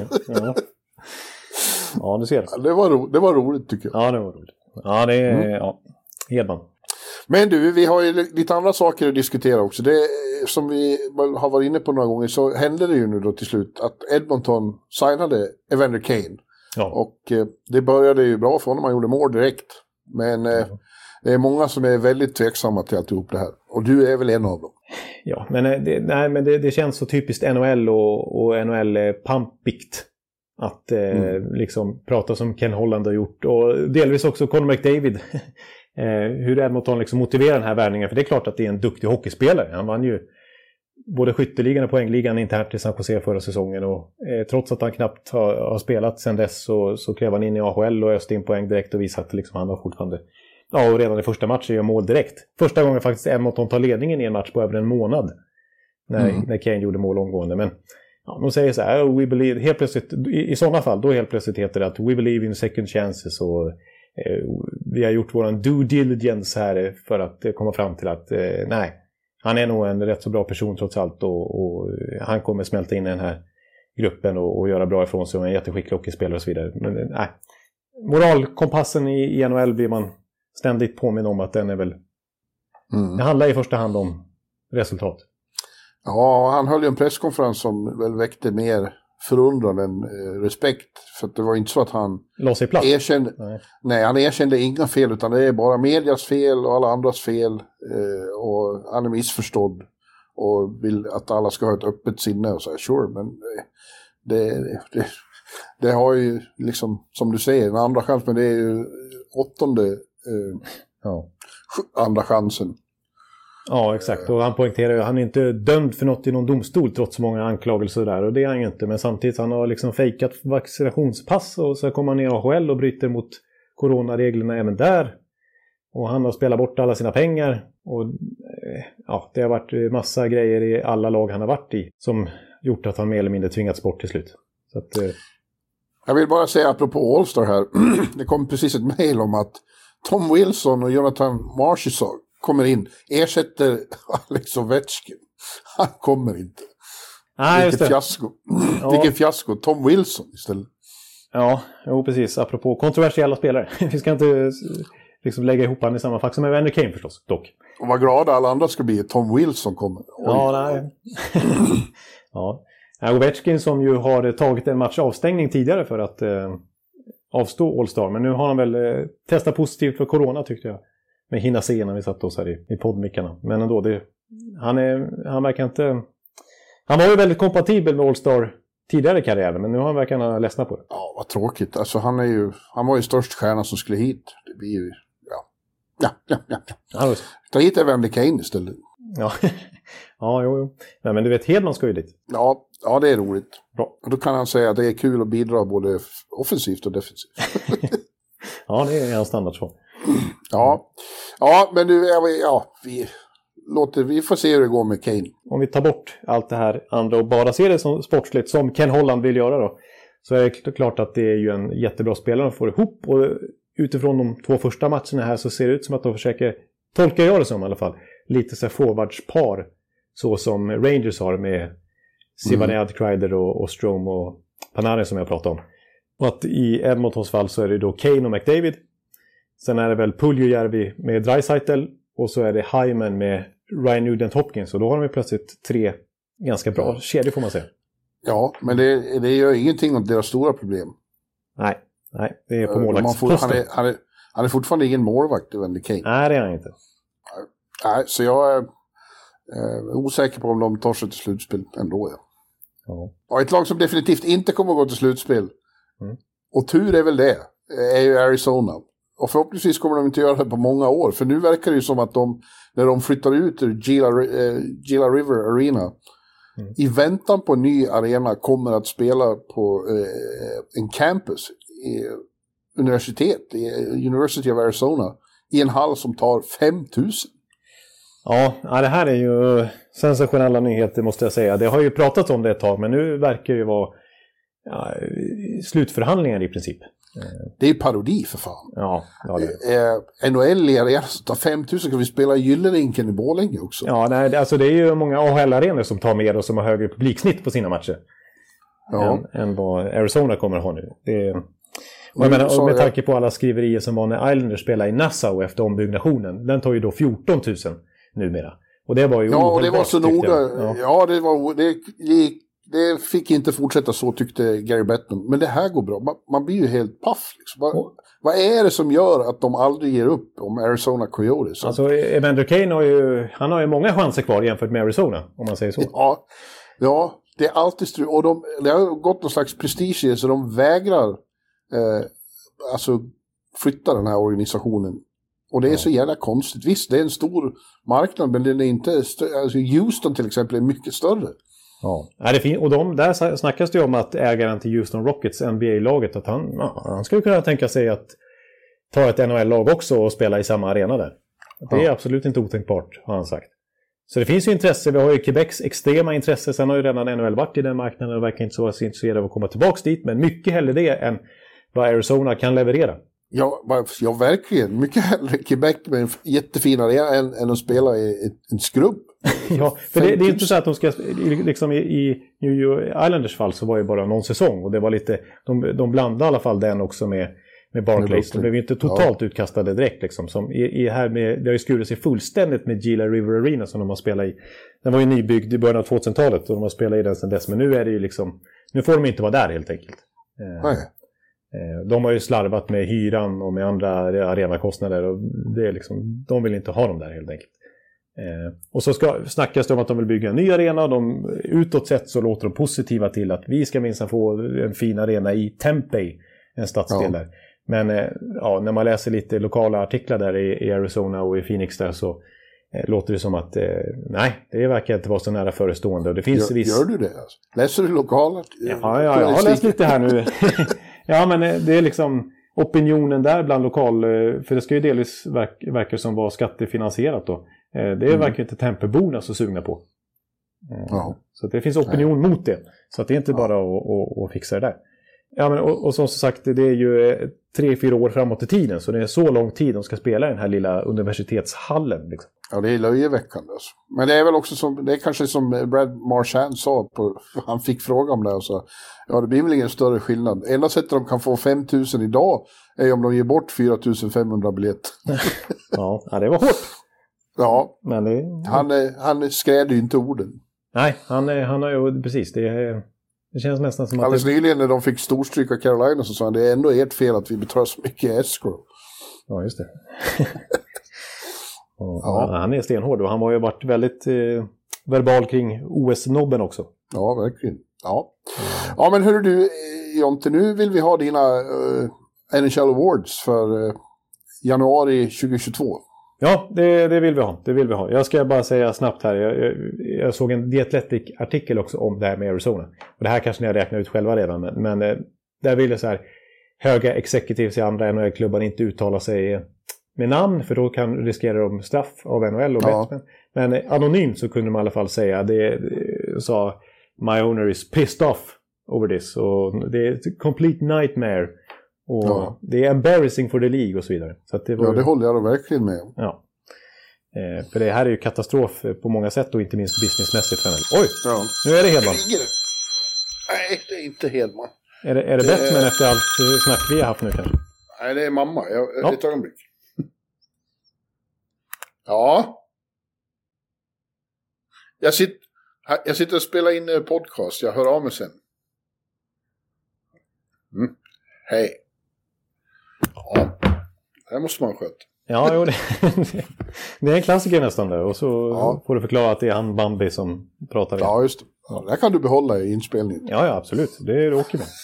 Speaker 5: Ja, du ser det.
Speaker 4: Det var roligt tycker jag.
Speaker 5: Ja, det var roligt. Ja, det är Hedman.
Speaker 4: Men du, vi har ju lite andra saker att diskutera också. Det som vi har varit inne på några gånger så hände det ju nu då till slut att Edmonton signade Evander Kane. Ja. Och det började ju bra för honom, han gjorde mål direkt. Men det är många som är väldigt tveksamma till alltihop det här. Och du är väl en av dem.
Speaker 5: Ja, men det känns så typiskt NHL och NHL-pampigt. Att liksom prata som Ken Holland har gjort. Och delvis också Connor McDavid. Hur Edmonton liksom motiverar den här värvningen. För det är klart att det är en duktig hockeyspelare. Han vann ju både skytteligan och poängligan internt i San Jose förra säsongen. Och trots att han knappt har spelat sedan dess så klev han in i AHL och öste in poäng direkt och visade att liksom han var fortfarande... Ja, och redan i första matchen gör mål direkt. Första gången faktiskt Edmonton tar ledningen i en match på över en månad. När Kane gjorde mål omgående. Men ja, de säger så här, we believe, helt plötsligt, i sådana fall, då helt plötsligt heter det att we believe in second chances och vi har gjort våran due diligence här för att komma fram till att nej, han är nog en rätt så bra person trots allt och han kommer smälta in i den här gruppen och göra bra ifrån sig och en jätteskicklig hockeyspelare och så vidare. Men nej, moralkompassen i NHL blir man ständigt påminn om att den är väl det handlar i första hand om resultat. Ja,
Speaker 4: han höll ju en presskonferens som väl väckte mer förundran än respekt. För att det var inte så att han erkände... Nej, han erkände inga fel utan det är bara medias fel och alla andras fel. Och han är missförstådd och vill att alla ska ha ett öppet sinne och så här, sure, men det har ju liksom, som du säger, en andra chans, men det är ju andra chansen.
Speaker 5: Ja, exakt. Och han poängterar ju att han är inte dömd för något i någon domstol trots många anklagelser där. Och det är han ju inte. Men samtidigt han har liksom fejkat vaccinationspass och så kommer han ner i AHL och bryter mot coronareglerna även där. Och han har spelat bort alla sina pengar. Och ja, det har varit massa grejer i alla lag han har varit i som gjort att han mer eller mindre tvingats bort till slut. Så att,
Speaker 4: jag vill bara säga apropå All-Star här. Det kom precis ett mejl om att Tom Wilson och Jonathan Marchessault kommer in, ersätter Alex Ovechkin. Han kommer inte. Vilket fiasko. Ja. Vilken fiasko. Tom Wilson istället.
Speaker 5: Ja, jo, precis. Apropå kontroversiella spelare. Vi ska inte liksom lägga ihop han i samma fack som Evander Kane förstås, dock.
Speaker 4: Och vad glada alla andra ska bli. Tom Wilson kommer. Oj.
Speaker 5: Ja, nej. Ja. Ovechkin som ju har tagit en match avstängning tidigare för att avstå All-Star. Men nu har han väl testat positivt för corona tyckte jag. Med hinna se när vi satt oss här i poddmickarna. Men ändå, han verkar inte... Han var ju väldigt kompatibel med All-Star tidigare i karriären, men nu har han verkligen ledsnat på det.
Speaker 4: Ja, vad tråkigt. Alltså han var ju störst stjärna som skulle hit. Det blir ju... Ja. Ta hit Evander Kane istället.
Speaker 5: Ja, jo. Nej, men du vet, Hedman ska ju dit.
Speaker 4: Ja, det är roligt.
Speaker 5: Bra.
Speaker 4: Och då kan han säga att det är kul att bidra både offensivt och defensivt.
Speaker 5: Ja, det är hans standardsvar.
Speaker 4: Ja, men nu, vi får se hur det går med Kane.
Speaker 5: Om vi tar bort allt det här andra och bara ser det som sportsligt, som Ken Holland vill göra då, så är det klart att det är ju en jättebra spelare att få ihop. Och utifrån de 2 första matcherna här så ser det ut som att de försöker, tolkar jag det som i alla fall, lite så forwardspar så som Rangers har med Zibanejad, Kreider och Strome och Panarin som jag pratade om. Och att i Edmontons fall så är det då Kane och McDavid. Sen är det väl Puljujärvi med Draisaitl och så är det Hyman med Ryan Nugent-Hopkins. Och då har de plötsligt 3 ganska bra kedjor får man säga.
Speaker 4: Ja, men det gör ingenting åt deras stora problem.
Speaker 5: Nej, det är på målvaktsposten.
Speaker 4: Han är fortfarande ingen målvakt, Evander Kane.
Speaker 5: Nej, det är han inte.
Speaker 4: Nej, så jag är osäker på om de tar sig till slutspel ändå. Ja. Och ett lag som definitivt inte kommer att gå till slutspel, och tur är väl det, är ju Arizona. Och förhoppningsvis kommer de inte göra det på många år. För nu verkar det ju som att när de flyttar ut ur Gila River Arena, i väntan på en ny arena kommer att spela på en campus i University of Arizona, i en hall som tar 5,000.
Speaker 5: Ja, det här är ju sensationella nyheter måste jag säga. Det har ju pratat om det ett tag, men nu verkar det ju vara slutförhandlingar i princip.
Speaker 4: Det är parodi för fan.
Speaker 5: Ja,
Speaker 4: NHL i arena som tar 5,000, kan vi spela i Gyllerinken i Borlänge också.
Speaker 5: Ja, nej, alltså det är ju många AHL-arenor som tar mer och som har högre publiksnitt på sina matcher. Än vad Arizona kommer att ha nu. Och jag menar, med tanke på alla skriverier som var när Islanders spelade i Nassau efter ombyggnationen. Den tar ju då 14,000 numera. Och det var ju
Speaker 4: och det var så noga. Det fick inte fortsätta så, tyckte Gary Bettman. Men det här går bra. Man blir ju helt paff. Liksom. Vad är det som gör att de aldrig ger upp om Arizona Coyotes?
Speaker 5: Alltså, Evander Kane har ju många chanser kvar jämfört med Arizona, om man säger så.
Speaker 4: Ja, det är alltid och det har gått någon slags prestige, så de vägrar flytta den här organisationen. Och det är så jävla konstigt. Visst, det är en stor marknad, men den är inte... Alltså Houston till exempel är mycket större.
Speaker 5: Ja, och där snackas det ju om att ägaren till Houston Rockets, NBA-laget, att han skulle kunna tänka sig att ta ett NHL-lag också och spela i samma arena där. Det är absolut inte otänkbart, har han sagt. Så det finns ju intresse. Vi har ju Quebecs extrema intresse. Sen har ju redan NHL varit i den marknaden och verkar inte så vara så intresserad av att komma tillbaka dit. Men mycket hellre det än vad Arizona kan leverera.
Speaker 4: Ja, verkligen. Mycket hellre Quebec med en jättefin arena än att spela i en skrubb.
Speaker 5: Ja, för det är inte så att de ska... Liksom i New Islanders fall så var det bara någon säsong. Och det var lite... De blandade i alla fall den också med Barclays. De blev ju inte totalt utkastade direkt. Liksom, som här med, det har ju skurit sig fullständigt med Gila River Arena som de har spelat i. Den var ju nybyggd i början av 2000-talet och de har spelat i den sedan dess. Men nu är det ju liksom... Nu får de inte vara där helt enkelt.
Speaker 4: Nej.
Speaker 5: De har ju slarvat med hyran och med andra arenakostnader och det är liksom, de vill inte ha dem där helt enkelt. Och så snackas det om att de vill bygga en ny arena. Utåt sett så låter de positiva till att vi ska minst få en fin arena i Tempe, en stadsdel där. Men när man läser lite lokala artiklar där i Arizona och i Phoenix där så låter det som att nej, det verkar inte vara så nära förestående. Och det finns
Speaker 4: Gör du det? Alltså? Läser du lokala?
Speaker 5: Ja, jag har läst lite här nu. Ja, men det är liksom opinionen där bland lokal, för det ska ju delvis verka som var skattefinansierat då. Det verkar inte Tempeborna så sugna på. Så det finns opinion mot det. Så att det är inte bara att fixa det där. Ja, men och som sagt, det är ju 3-4 år framåt i tiden. Så det är så lång tid de ska spela i den här lilla universitetshallen. Liksom.
Speaker 4: Ja, det är löjeväckande. Alltså. Men det är väl också det är kanske som Brad Marchand sa, han fick fråga om det och sa, det blir väl ingen större skillnad. Enda sättet de kan få 5,000 idag är om de ger bort 4,500 biljetter.
Speaker 5: Ja, det var hårt.
Speaker 4: Ja,
Speaker 5: men
Speaker 4: han skrädde ju inte orden.
Speaker 5: Nej, han har ju precis. Det känns nästan som att...
Speaker 4: Alldeles nyligen när de fick storstryk av Carolina så sa han det är ändå ert fel att vi betalar så mycket escrow.
Speaker 5: Ja, just det. Han är stenhård och han har ju varit väldigt verbal kring OS-nobben också.
Speaker 4: Ja, verkligen. Ja, men hörru du, Jonte, nu vill vi ha dina NHL Awards för januari 2022.
Speaker 5: Ja, det vill vi ha. Det vill vi ha. Jag ska bara säga snabbt här. Jag såg en The Athletic-artikel också om det här med Arizona. Och det här kanske ni har räknat ut själva redan. Men där vill jag så här. Höga executives i andra NHL-klubbar inte uttala sig med namn. För då riskerar de straff av NHL och Batman. Men anonymt så kunde de i alla fall säga. Det sa my owner is pissed off over this. Och det är ett complete nightmare. Och det är embarrassing for the League och så vidare. Så att det var...
Speaker 4: Ja, det håller jag då verkligen med om.
Speaker 5: Ja. För det här är ju katastrof på många sätt och inte minst businessmässigt för NHL. Oj, nu är det Hedman.
Speaker 4: Nej, det är inte Hedman.
Speaker 5: Är det Batman efter allt snack vi har haft nu kanske?
Speaker 4: Nej, det är mamma. Ett ögonblick. Ja. Jag sitter och spelar in podcast. Jag hör av mig sen. Hej. Ja, det här måste man sköta.
Speaker 5: Ja, jo, det är en klassiker nästan där. Och så får du förklara att det är han Bambi som pratar.
Speaker 4: Ja, just det. Ja, det här kan du behålla i inspelningen.
Speaker 5: Ja, absolut. Det åker med.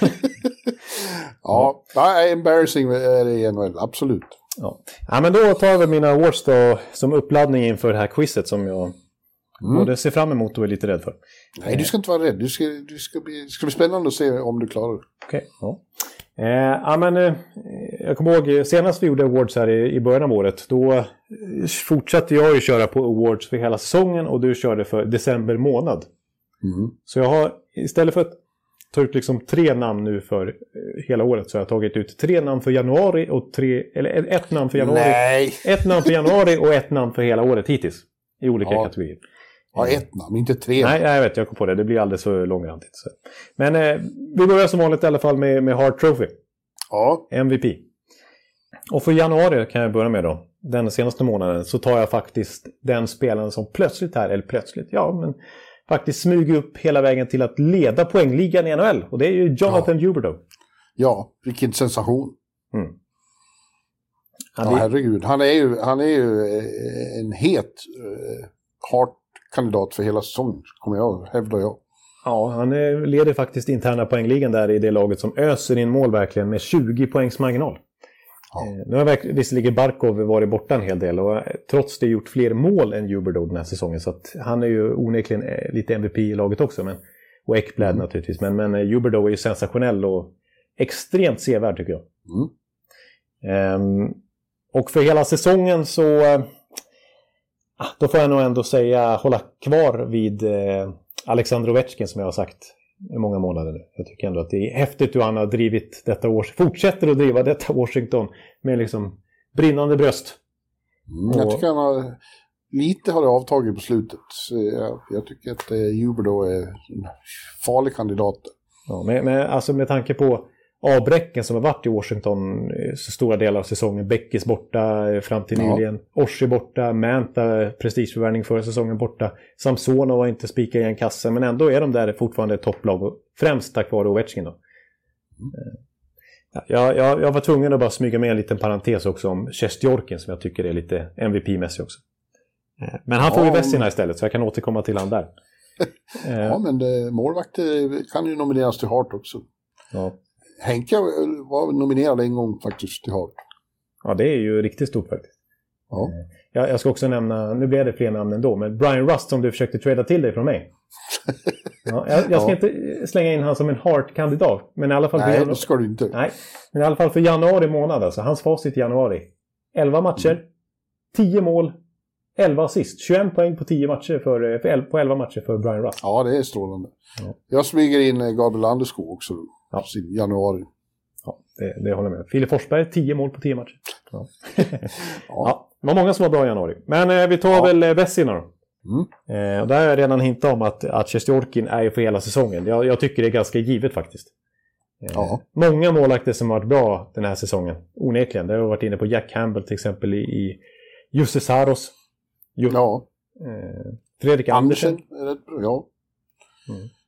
Speaker 4: Ja, embarrassing är det i NHL. Absolut.
Speaker 5: Ja, men då tar vi mina awards då som uppladdning inför det här quizet som jag både ser fram emot och är lite rädd för.
Speaker 4: Nej, du ska inte vara rädd. Det ska bli spännande att se om du klarar det.
Speaker 5: Okej, ja. Jag kommer ihåg senast vi gjorde awards här i början av året. Då fortsatte jag ju köra på awards för hela säsongen och du körde för december månad. Så jag har istället för att ta ut liksom 3 namn nu för hela året så har jag tagit ut 3 namn för januari och ett namn för januari. Nej. 1 namn för januari och 1 namn för hela året hittills i olika kategorier.
Speaker 4: Ja, 1 namn, inte 3.
Speaker 5: Nej, jag vet, jag kom på det. Det blir alldeles för långrandigt. Men vi börjar som vanligt i alla fall med Hart Trophy.
Speaker 4: Ja.
Speaker 5: MVP. Och för januari kan jag börja med då. Den senaste månaden så tar jag faktiskt den spelaren som faktiskt smyger upp hela vägen till att leda poängligan i NHL. Och det är ju Jonathan Huberdeau.
Speaker 4: Ja, vilken sensation. Herregud. Han är ju en het Hart-kandidat för hela säsongen, hävdar jag. Ja,
Speaker 5: han leder faktiskt interna poängligan där i det laget som öser in mål verkligen med 20 poängs marginal. Ja. Nu har visserligen Barkov varit borta en hel del och trots det gjort fler mål än Huberdeau den här säsongen. Så att han är ju onekligen lite MVP i laget också. Och Ekblad naturligtvis. Men Huberdeau är ju sensationell och extremt sevärd tycker jag. Och för hela säsongen så då får jag nog ändå hålla kvar vid Alexander Ovechkin som jag har sagt i många månader nu. Jag tycker ändå att det är häftigt hur han har drivit fortsätter att driva detta Washington med liksom brinnande bröst.
Speaker 4: Jag tycker han har det avtagit på slutet. Jag tycker att Huberdeau är en farlig kandidat.
Speaker 5: Ja, med tanke på avbräcken som har varit i Washington så stora delar av säsongen. Beckis borta fram till nyligen. Orsi borta. Manta prestigeförvärvning förra säsongen borta. Samsonov var inte spikad i en kassa. Men ändå är de där fortfarande topplag. Främst tack vare Ovechkin då. Jag var tvungen att bara smyga med en liten parentes också om Sjestjorkin som jag tycker är lite MVP-mässig också. Men han får ju Vessina istället så jag kan återkomma till han där.
Speaker 4: Ja, men målvakter kan ju nomineras till Hart också.
Speaker 5: Ja.
Speaker 4: Henke var nominerad en gång faktiskt till Hart.
Speaker 5: Ja, det är ju riktigt stort faktiskt.
Speaker 4: Ja.
Speaker 5: Jag ska också nämna, nu blev det fler namn ändå, men Brian Rust som du försökte trada till dig från mig. Ja, jag ska inte slänga in han som en Hart-kandidat. Men i alla fall
Speaker 4: nej, det ska du inte.
Speaker 5: Nej, men i alla fall för januari månad, alltså hans facit i januari. 11 matcher, 10 mål, 11 assist. 21 poäng på 10 matcher på 11 matcher för Brian Rust.
Speaker 4: Ja, det är strålande. Ja. Jag smyger in Gabriel Landeskog också i januari.
Speaker 5: Ja, det håller jag med. Filip Forsberg, 10 mål på 10 matcher. Ja. Ja, det var många som var bra i januari. Men vi tar väl Vessina då. Och där har jag redan hintat om att Sjestjorkin är ju för hela säsongen. Jag tycker det är ganska givet faktiskt. Många målakter som har varit bra den här säsongen. Onekligen. Det har varit inne på Jack Campbell till exempel i Jussi Saros. Fredrik Andersen.
Speaker 4: Ja.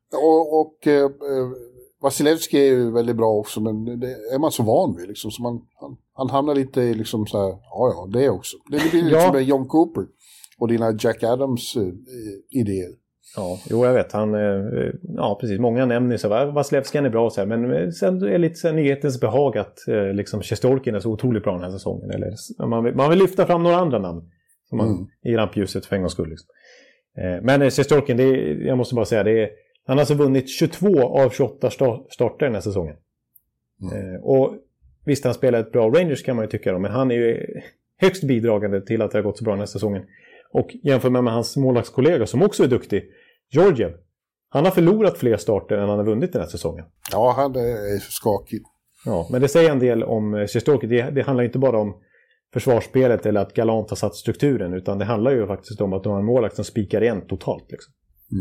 Speaker 4: Och Vasilevski är ju väldigt bra också, men det är man så van vid liksom, så han hamnar lite i liksom så här, ja, det också. Det blir lite som John Cooper och dina Jack Adams idéer.
Speaker 5: Ja, jo jag vet. Ja precis, många nämner så här, Vasilevski är bra så här, men sen är det lite så här, nyhetens behag att liksom Shesterkin är så otroligt bra den här säsongen. Eller, man vill lyfta fram några andra namn som man i rampljuset för en gångs skull. Liksom. Men Shesterkin, jag måste bara säga, han har alltså vunnit 22 av 28 starter den här säsongen. Och visst, han spelar ett bra Rangers kan man ju tycka då, men han är ju högst bidragande till att det har gått så bra den här säsongen. Och jämför med hans målvaktskollega som också är duktig, Georgiev. Han har förlorat fler starter än han har vunnit den här säsongen.
Speaker 4: Ja, han är skakig.
Speaker 5: Ja, men det säger en del om Shesterkin. Det handlar inte bara om försvarsspelet eller att Galant har satt strukturen, utan det handlar ju faktiskt om att de har en målvakt som spikar igen totalt. Liksom.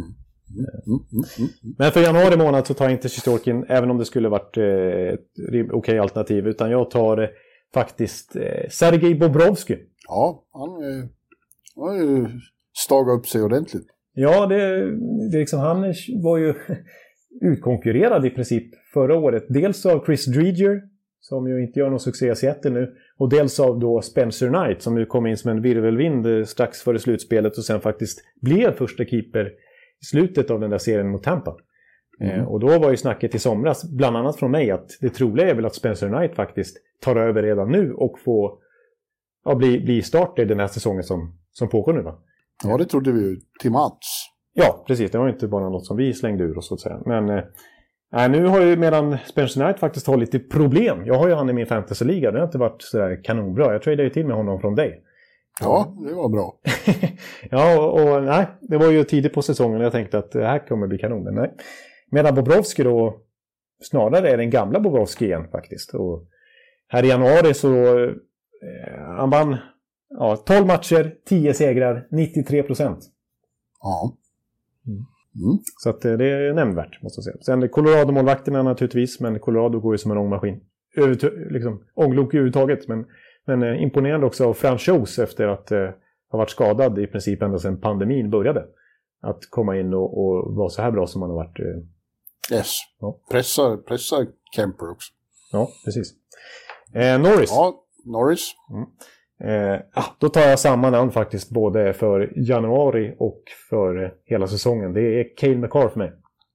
Speaker 5: Men för januari månad så tar jag inte Shesterkin, även om det skulle varit ett okej alternativ, utan jag tar faktiskt Sergej Bobrovsky.
Speaker 4: Ja, han har ju stagat upp sig ordentligt.
Speaker 5: Ja, det liksom, han var ju utkonkurrerad i princip förra året. Dels av Chris Driedger, som ju inte gör någon succé i Seattle nu. Och dels av då Spencer Knight, som ju kom in som en virvelvind strax före slutspelet och sen faktiskt blev första keeper i slutet av den där serien mot Tampa. Och då var ju snacket i somras, bland annat från mig, att det troliga är väl att Spencer Knight faktiskt tar över redan nu och får bli starter den här säsongen som pågår nu, va?
Speaker 4: Ja, det trodde vi ju till Mats.
Speaker 5: Ja, precis. Det var inte bara något som vi slängde ur oss, så att säga. Men nu har ju medan Spencer Knight faktiskt har lite problem. Jag har ju han i min fantasyliga. Det har inte varit sådär kanonbra. Jag tradade ju till med honom från dig.
Speaker 4: Ja, det var bra.
Speaker 5: Ja, och nej, det var ju tidigt på säsongen. Jag tänkte att det här kommer bli kanon. Men nej. Medan Bobrovsky då snarare är den gamla Bobrovsky igen faktiskt. Och här i januari så han vann 12 matcher, 10 segrar, 93%.
Speaker 4: Ja.
Speaker 5: Så att det är nämnvärt, måste jag säga. Sen Colorado-målvakterna naturligtvis, men Colorado går ju som en ångmaskin. Liksom, ånglok överhuvudtaget, men imponerande också av Franchose efter att ha varit skadad i princip ända sedan pandemin började. Att komma in och vara så här bra som man har varit.
Speaker 4: Yes.
Speaker 5: Ja.
Speaker 4: Pressar Kemper också.
Speaker 5: Ja, precis. Norris.
Speaker 4: Ja, Norris.
Speaker 5: Då tar jag samma namn faktiskt både för januari och för hela säsongen. Det är Cale Makar för mig.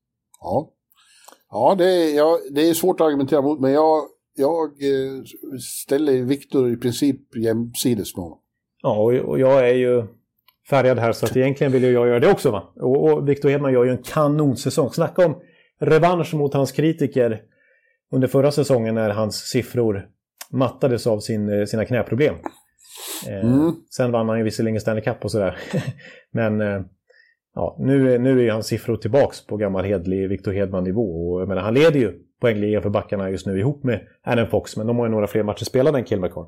Speaker 4: Ja, det är svårt att argumentera mot, men jag ställer Victor i princip jämsides med honom.
Speaker 5: Ja, och jag är ju färgad här så att egentligen vill jag göra det också, va? Och Victor Hedman gör ju en kanonsäsong. Snacka om revansch mot hans kritiker under förra säsongen när hans siffror mattades av sina knäproblem. Sen vann han ju visserligen Stanley Cup och sådär. Men nu är hans siffror tillbaks på gammal hedlig Victor Hedman-nivå. Och jag menar, han leder ju poängligan för backarna just nu ihop med Adam Fox. Men de har ju några fler matcher spelade än Cale Makar.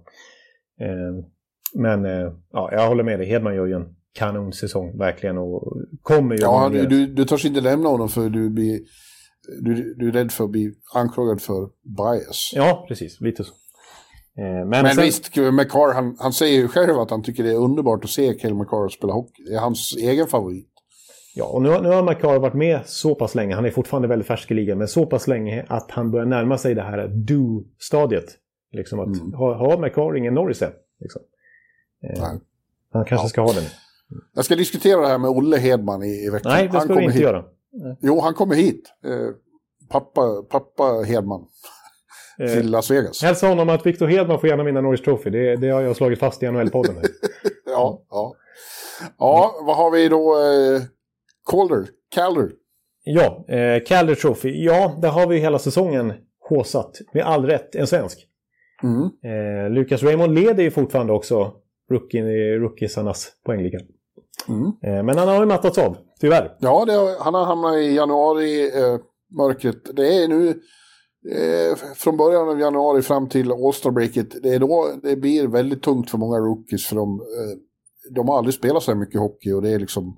Speaker 5: Jag håller med dig. Hedman gör ju en kanonsäsong verkligen. Och kommer ju...
Speaker 4: Ja, du törs inte lämna honom för du är rädd för att bli anklagad för bias.
Speaker 5: Ja, precis. Lite så.
Speaker 4: Men sen... visst, Makar, han säger ju själv att han tycker det är underbart att se Cale Makar spela hockey. Det är hans egen favorit.
Speaker 5: Ja, och nu har Makar varit med så pass länge. Han är fortfarande väldigt färsk i ligan, men så pass länge att han börjar närma sig det här do-stadiet. Liksom att ha Makar ingen Norris än. Liksom. Han kanske ska ha den.
Speaker 4: Jag ska diskutera det här med Olle Hedman i veckan.
Speaker 5: Nej, det ska du inte göra.
Speaker 4: Jo, han kommer hit. Pappa Hedman. Till Las Vegas.
Speaker 5: Hälsa honom att Victor Hedman får gärna vinna Norris Trophy. Det har jag slagit fast i NHL-podden.
Speaker 4: Ja, vad har vi då? Calder.
Speaker 5: Ja, Calder Trophy. Ja, där har vi hela säsongen håsat. Med all rätt, en svensk. Lucas Raymond leder ju fortfarande också rookiesarnas poängliga. Men han har ju mattats av, tyvärr. Ja,
Speaker 4: han har hamnat i januari mörkret. Det är nu från början av januari fram till All-Star-breaket. Det är då det blir väldigt tungt för många rookies, för de har aldrig spelat så mycket hockey, och det är liksom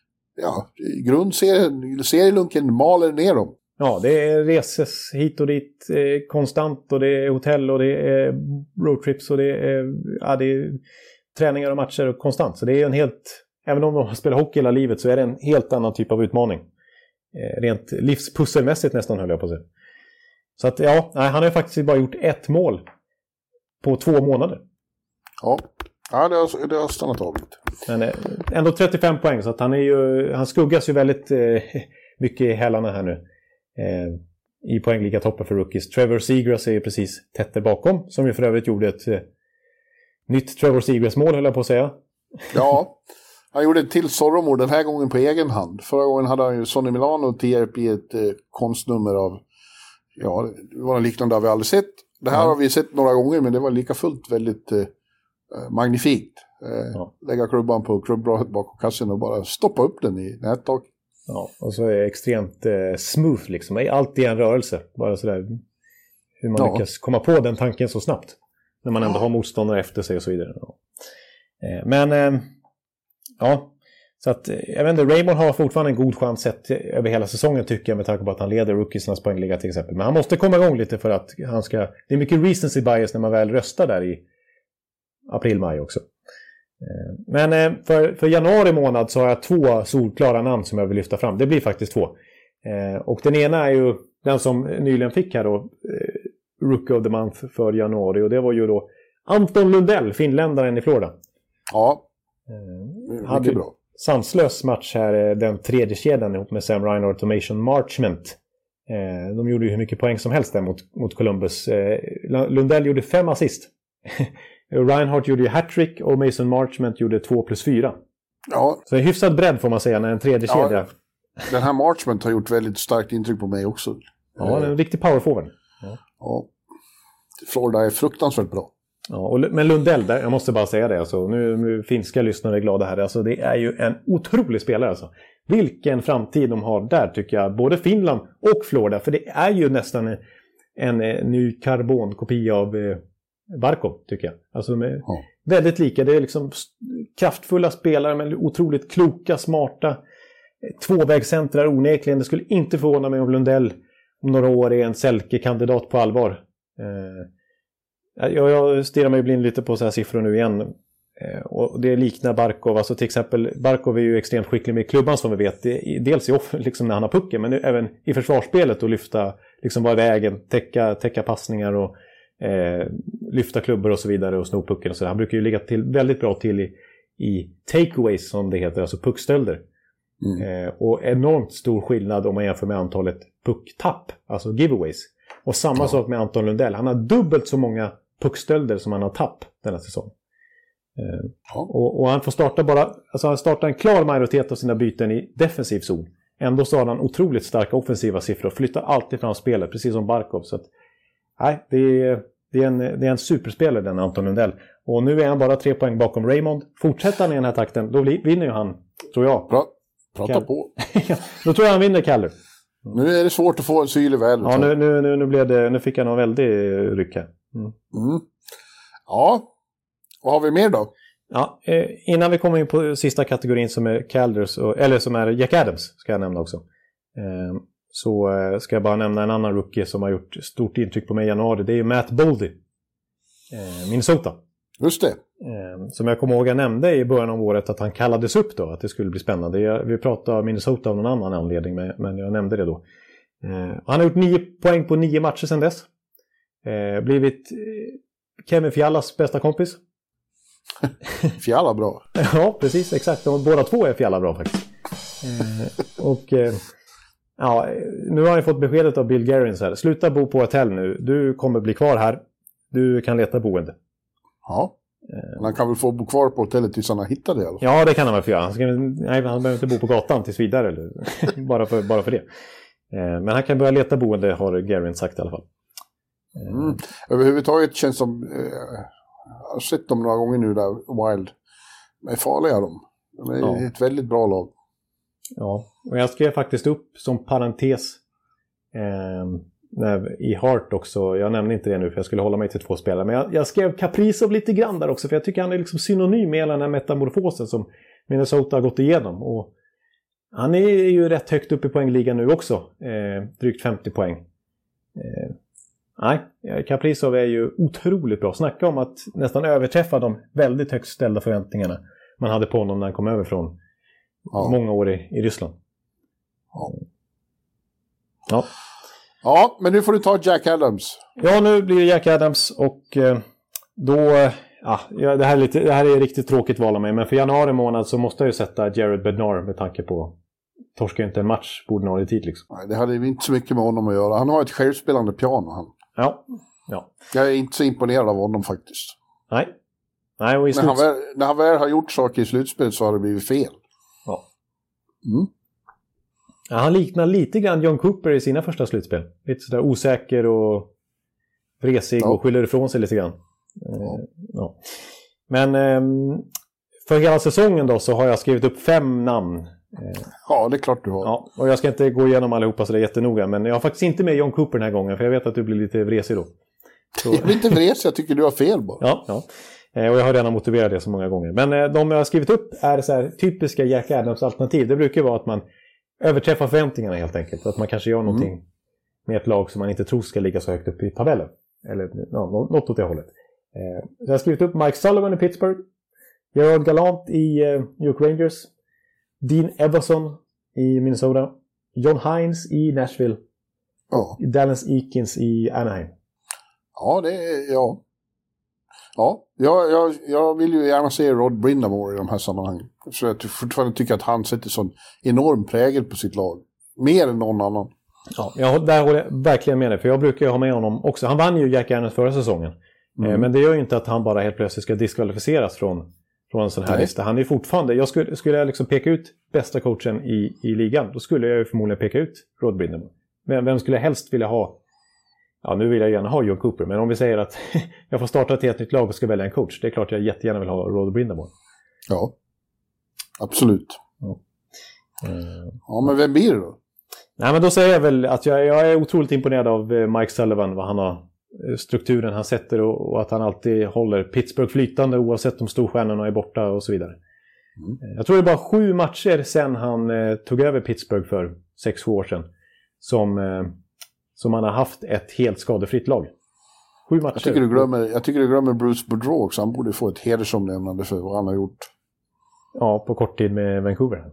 Speaker 4: grundserielunken maler ner dem.
Speaker 5: Ja, det är reses hit och dit konstant, och det är hotell och det är roadtrips och det är träningar och matcher och konstant. Så det är en helt, även om de spelar hockey hela livet, så är det en helt annan typ av utmaning. rent livspusselmässigt nästan, höll jag på att säga. Så att han har ju faktiskt bara gjort 1 mål på 2 månader.
Speaker 4: Ja, det har stannat av lite.
Speaker 5: Men ändå 35 poäng, så att han skuggas ju väldigt mycket i hälarna här nu. I poängliga-toppen för rookies. Trevor Seagrass är ju precis tätt där bakom, som ju för övrigt gjorde ett nytt Trevor Seagrass-mål, höll jag på att säga.
Speaker 4: Ja, han gjorde ett till Zorro-mål den här gången på egen hand. Förra gången hade han ju Sonny Milano och TRP ett konstnummer av, det var liknande har vi aldrig sett. Det här har vi sett några gånger, men det var lika fullt väldigt magnifikt. Lägga klubban på klubbradet bakom kassen och bara stoppa upp den i nättaket.
Speaker 5: Ja, och så är det extremt smooth liksom. Allt i en rörelse. Bara sådär hur man lyckas komma på den tanken så snabbt. När man ändå har motståndare efter sig och så vidare. Men så att jag vet inte, Raymond har fortfarande en god chans sett över hela säsongen, tycker jag, med tanke på att han leder rookiesnas poängliga till exempel. Men han måste komma igång lite för att han ska... Det är mycket recency bias när man väl röstar där i april-maj också. Men för januari månad så har jag 2 solklara namn som jag vill lyfta fram. Det blir faktiskt 2. Och den ena är ju den som nyligen fick här då, Rookie of the Month för januari. Och det var ju då Anton Lundell, finländaren i Florida.
Speaker 4: Ja, mycket bra.
Speaker 5: Sanslös match här, den tredje kedjan ihop med Sam Reinhardt och Mason Marchment. De gjorde ju hur mycket poäng som helst där mot Columbus. Lundell gjorde 5 assist. Reinhardt gjorde ju hattrick och Mason Marchment gjorde 2+4. Ja. Så det är hyfsad bredd får man säga när en tredje kedja.
Speaker 4: Den här Marchment har gjort väldigt starkt intryck på mig också.
Speaker 5: Ja, en riktig powerforward.
Speaker 4: Ja. Florida är fruktansvärt bra.
Speaker 5: Ja, men Lundell där, jag måste bara säga det. Alltså, nu finska lyssnare är glada här. Alltså, det är ju en otrolig spelare. Alltså. Vilken framtid de har där, tycker jag. Både Finland och Florida. För det är ju nästan en ny karbonkopia av Barkov, tycker jag. Alltså, de är väldigt lika. Det är liksom kraftfulla spelare, men otroligt kloka, smarta. Tvåvägscentrar onekligen. Det skulle inte förvåna mig om Lundell om några år är en Selke-kandidat på allvar. Jag stirrar mig blind lite på så här siffror nu igen. Och det liknar Barkov. Alltså till exempel, Barkov är ju extremt skicklig med klubban som vi vet. Dels liksom när han har pucken, men även i försvarsspelet och lyfta, liksom vara i vägen, täcka passningar och lyfta klubbor och så vidare och sno pucken och så. Han brukar ju ligga väldigt bra till i takeaways som det heter, alltså puckstölder. Och enormt stor skillnad om man jämför med antalet pucktapp, alltså giveaways. Och samma sak med Anton Lundell. Han har dubbelt så många puckstölder som han har tapp denna säsong. Och han får han startar en klar majoritet av sina byten i defensiv zon. Ändå så har han otroligt starka offensiva siffror och flyttar alltid fram spelet, precis som Barkov. Så att, nej, det är en superspelare, den Anton Lundell. Och nu är han bara 3 poäng bakom Raymond. Fortsätter han i den här takten, då vinner ju han, tror jag.
Speaker 4: Prata på.
Speaker 5: Då tror jag han vinner Calder.
Speaker 4: Nu är det svårt att få en syl i vädret.
Speaker 5: Ja, nu fick jag någon väldig ryck här.
Speaker 4: Ja, vad har vi mer då?
Speaker 5: Ja, innan vi kommer in på sista kategorin som är Calders, eller som är Jack Adams, ska jag nämna också. Så ska jag bara nämna en annan rookie som har gjort stort intryck på mig i januari. Det är Matt Boldy, Minnesota.
Speaker 4: Just det.
Speaker 5: Som jag kommer ihåg jag nämnde i början av året att han kallades upp då, att det skulle bli spännande. Vi pratade om Minnesota av någon annan anledning, men jag nämnde det då. Han har gjort 9 poäng på 9 matcher sedan dess. Blivit Kevin Fialas bästa kompis.
Speaker 4: Fiala bra.
Speaker 5: Ja, precis, exakt. Båda två är Fiala bra faktiskt. Nu har jag fått beskedet av Bill Guerin så här: sluta bo på hotell nu. Du kommer bli kvar här. Du kan leta boende.
Speaker 4: Ja. Han kan väl få bo kvar på hotellet tills han har hittat det i alla fall.
Speaker 5: Ja, det kan han väl få göra. Han behöver inte bo på gatan tills vidare. Eller? bara för det. Men han kan börja leta boende, har Guerin sagt i alla fall.
Speaker 4: Överhuvudtaget känns som... jag har sett dem några gånger nu där, Wild. De är farliga de. De är ett väldigt bra lag. Ja,
Speaker 5: och jag skrev faktiskt upp som parentes i Hart också. Jag nämnde inte det nu för jag skulle hålla mig till 2 spelare. Men jag skrev Kaprizov lite grann där också. För jag tycker han är liksom synonym med hela den här metamorfosen som Minnesota har gått igenom. Och han är ju rätt högt upp i poängligan nu också. Drygt 50 poäng. Nej, Kaprizov är ju otroligt bra. Snacka om att nästan överträffa de väldigt högt ställda förväntningarna man hade på honom när han kom över från många år i Ryssland.
Speaker 4: Ja. Ja, men nu får du ta Jack Adams.
Speaker 5: Ja, nu blir det Jack Adams och då... det här är riktigt tråkigt val av mig, men för januari månad så måste jag ju sätta Jared Bednar med tanke på torskar ju inte en match på ordinarie tid liksom.
Speaker 4: Nej, det hade vi inte så mycket med honom att göra. Han har ett självspelande piano, han.
Speaker 5: Ja.
Speaker 4: Jag är inte så imponerad av honom faktiskt.
Speaker 5: Nej, och
Speaker 4: när han väl har gjort saker i slutspel så har det blivit fel.
Speaker 5: Ja. Ja, han liknar lite grann John Cooper i sina första slutspel. Lite sådär osäker och vresig och skyller ifrån sig lite grann. Ja. Men för hela säsongen då så har jag skrivit upp 5 namn.
Speaker 4: Ja, det är klart du har.
Speaker 5: Ja, och jag ska inte gå igenom allihopa så det är jättenoga, men jag har faktiskt inte med John Cooper den här gången, för jag vet att du blir lite vresig då. Så...
Speaker 4: Jag blir inte vresig, jag tycker du har fel bara.
Speaker 5: Ja. Och jag har redan motiverat det så många gånger. Men de jag har skrivit upp är så här typiska Jack Adams alternativ. Det brukar vara att man överträffar förväntningarna helt enkelt. Att man kanske gör någonting med ett lag som man inte tror ska ligga så högt upp i tabellen. Eller något åt det hållet. Så jag har skrivit upp Mike Sullivan i Pittsburgh. Gerard Gallant i New York Rangers. Dean Everson i Minnesota. John Hines i Nashville. Dallas Eakins i Anaheim.
Speaker 4: Ja, det är... Ja, jag vill ju gärna se Rod Brindamore i de här sammanhangen. Så jag fortfarande tycker att han sätter sån enorm prägel på sitt lag. Mer än någon annan.
Speaker 5: Ja, där håller jag verkligen med dig. För jag brukar ju ha med honom också. Han vann ju Jack Adams förra säsongen. Men det gör ju inte att han bara helt plötsligt ska diskvalificeras från en sån här lista. Han är fortfarande... Skulle jag liksom peka ut bästa coachen i ligan, då skulle jag ju förmodligen peka ut Rod Brindamore. Men vem skulle jag helst vilja ha? Ja, nu vill jag gärna ha John Cooper. Men om vi säger att jag får starta ett helt nytt lag och ska välja en coach. Det är klart jag jättegärna vill ha Rod Brindamore.
Speaker 4: Ja, absolut. Ja, men vem blir det då?
Speaker 5: Nej, men då säger jag väl att jag är otroligt imponerad av Mike Sullivan. Vad han har, strukturen han sätter och att han alltid håller Pittsburgh flytande oavsett om storstjärnorna är borta och så vidare. Jag tror det är bara 7 matcher sedan han tog över Pittsburgh för 6-7 år sedan. Som han har haft ett helt skadefritt lag. 7 matcher.
Speaker 4: Jag tycker du glömmer Bruce Boudreau också. Han borde få ett hedersomnämnande för vad han har gjort.
Speaker 5: Ja, på kort tid med Vancouver.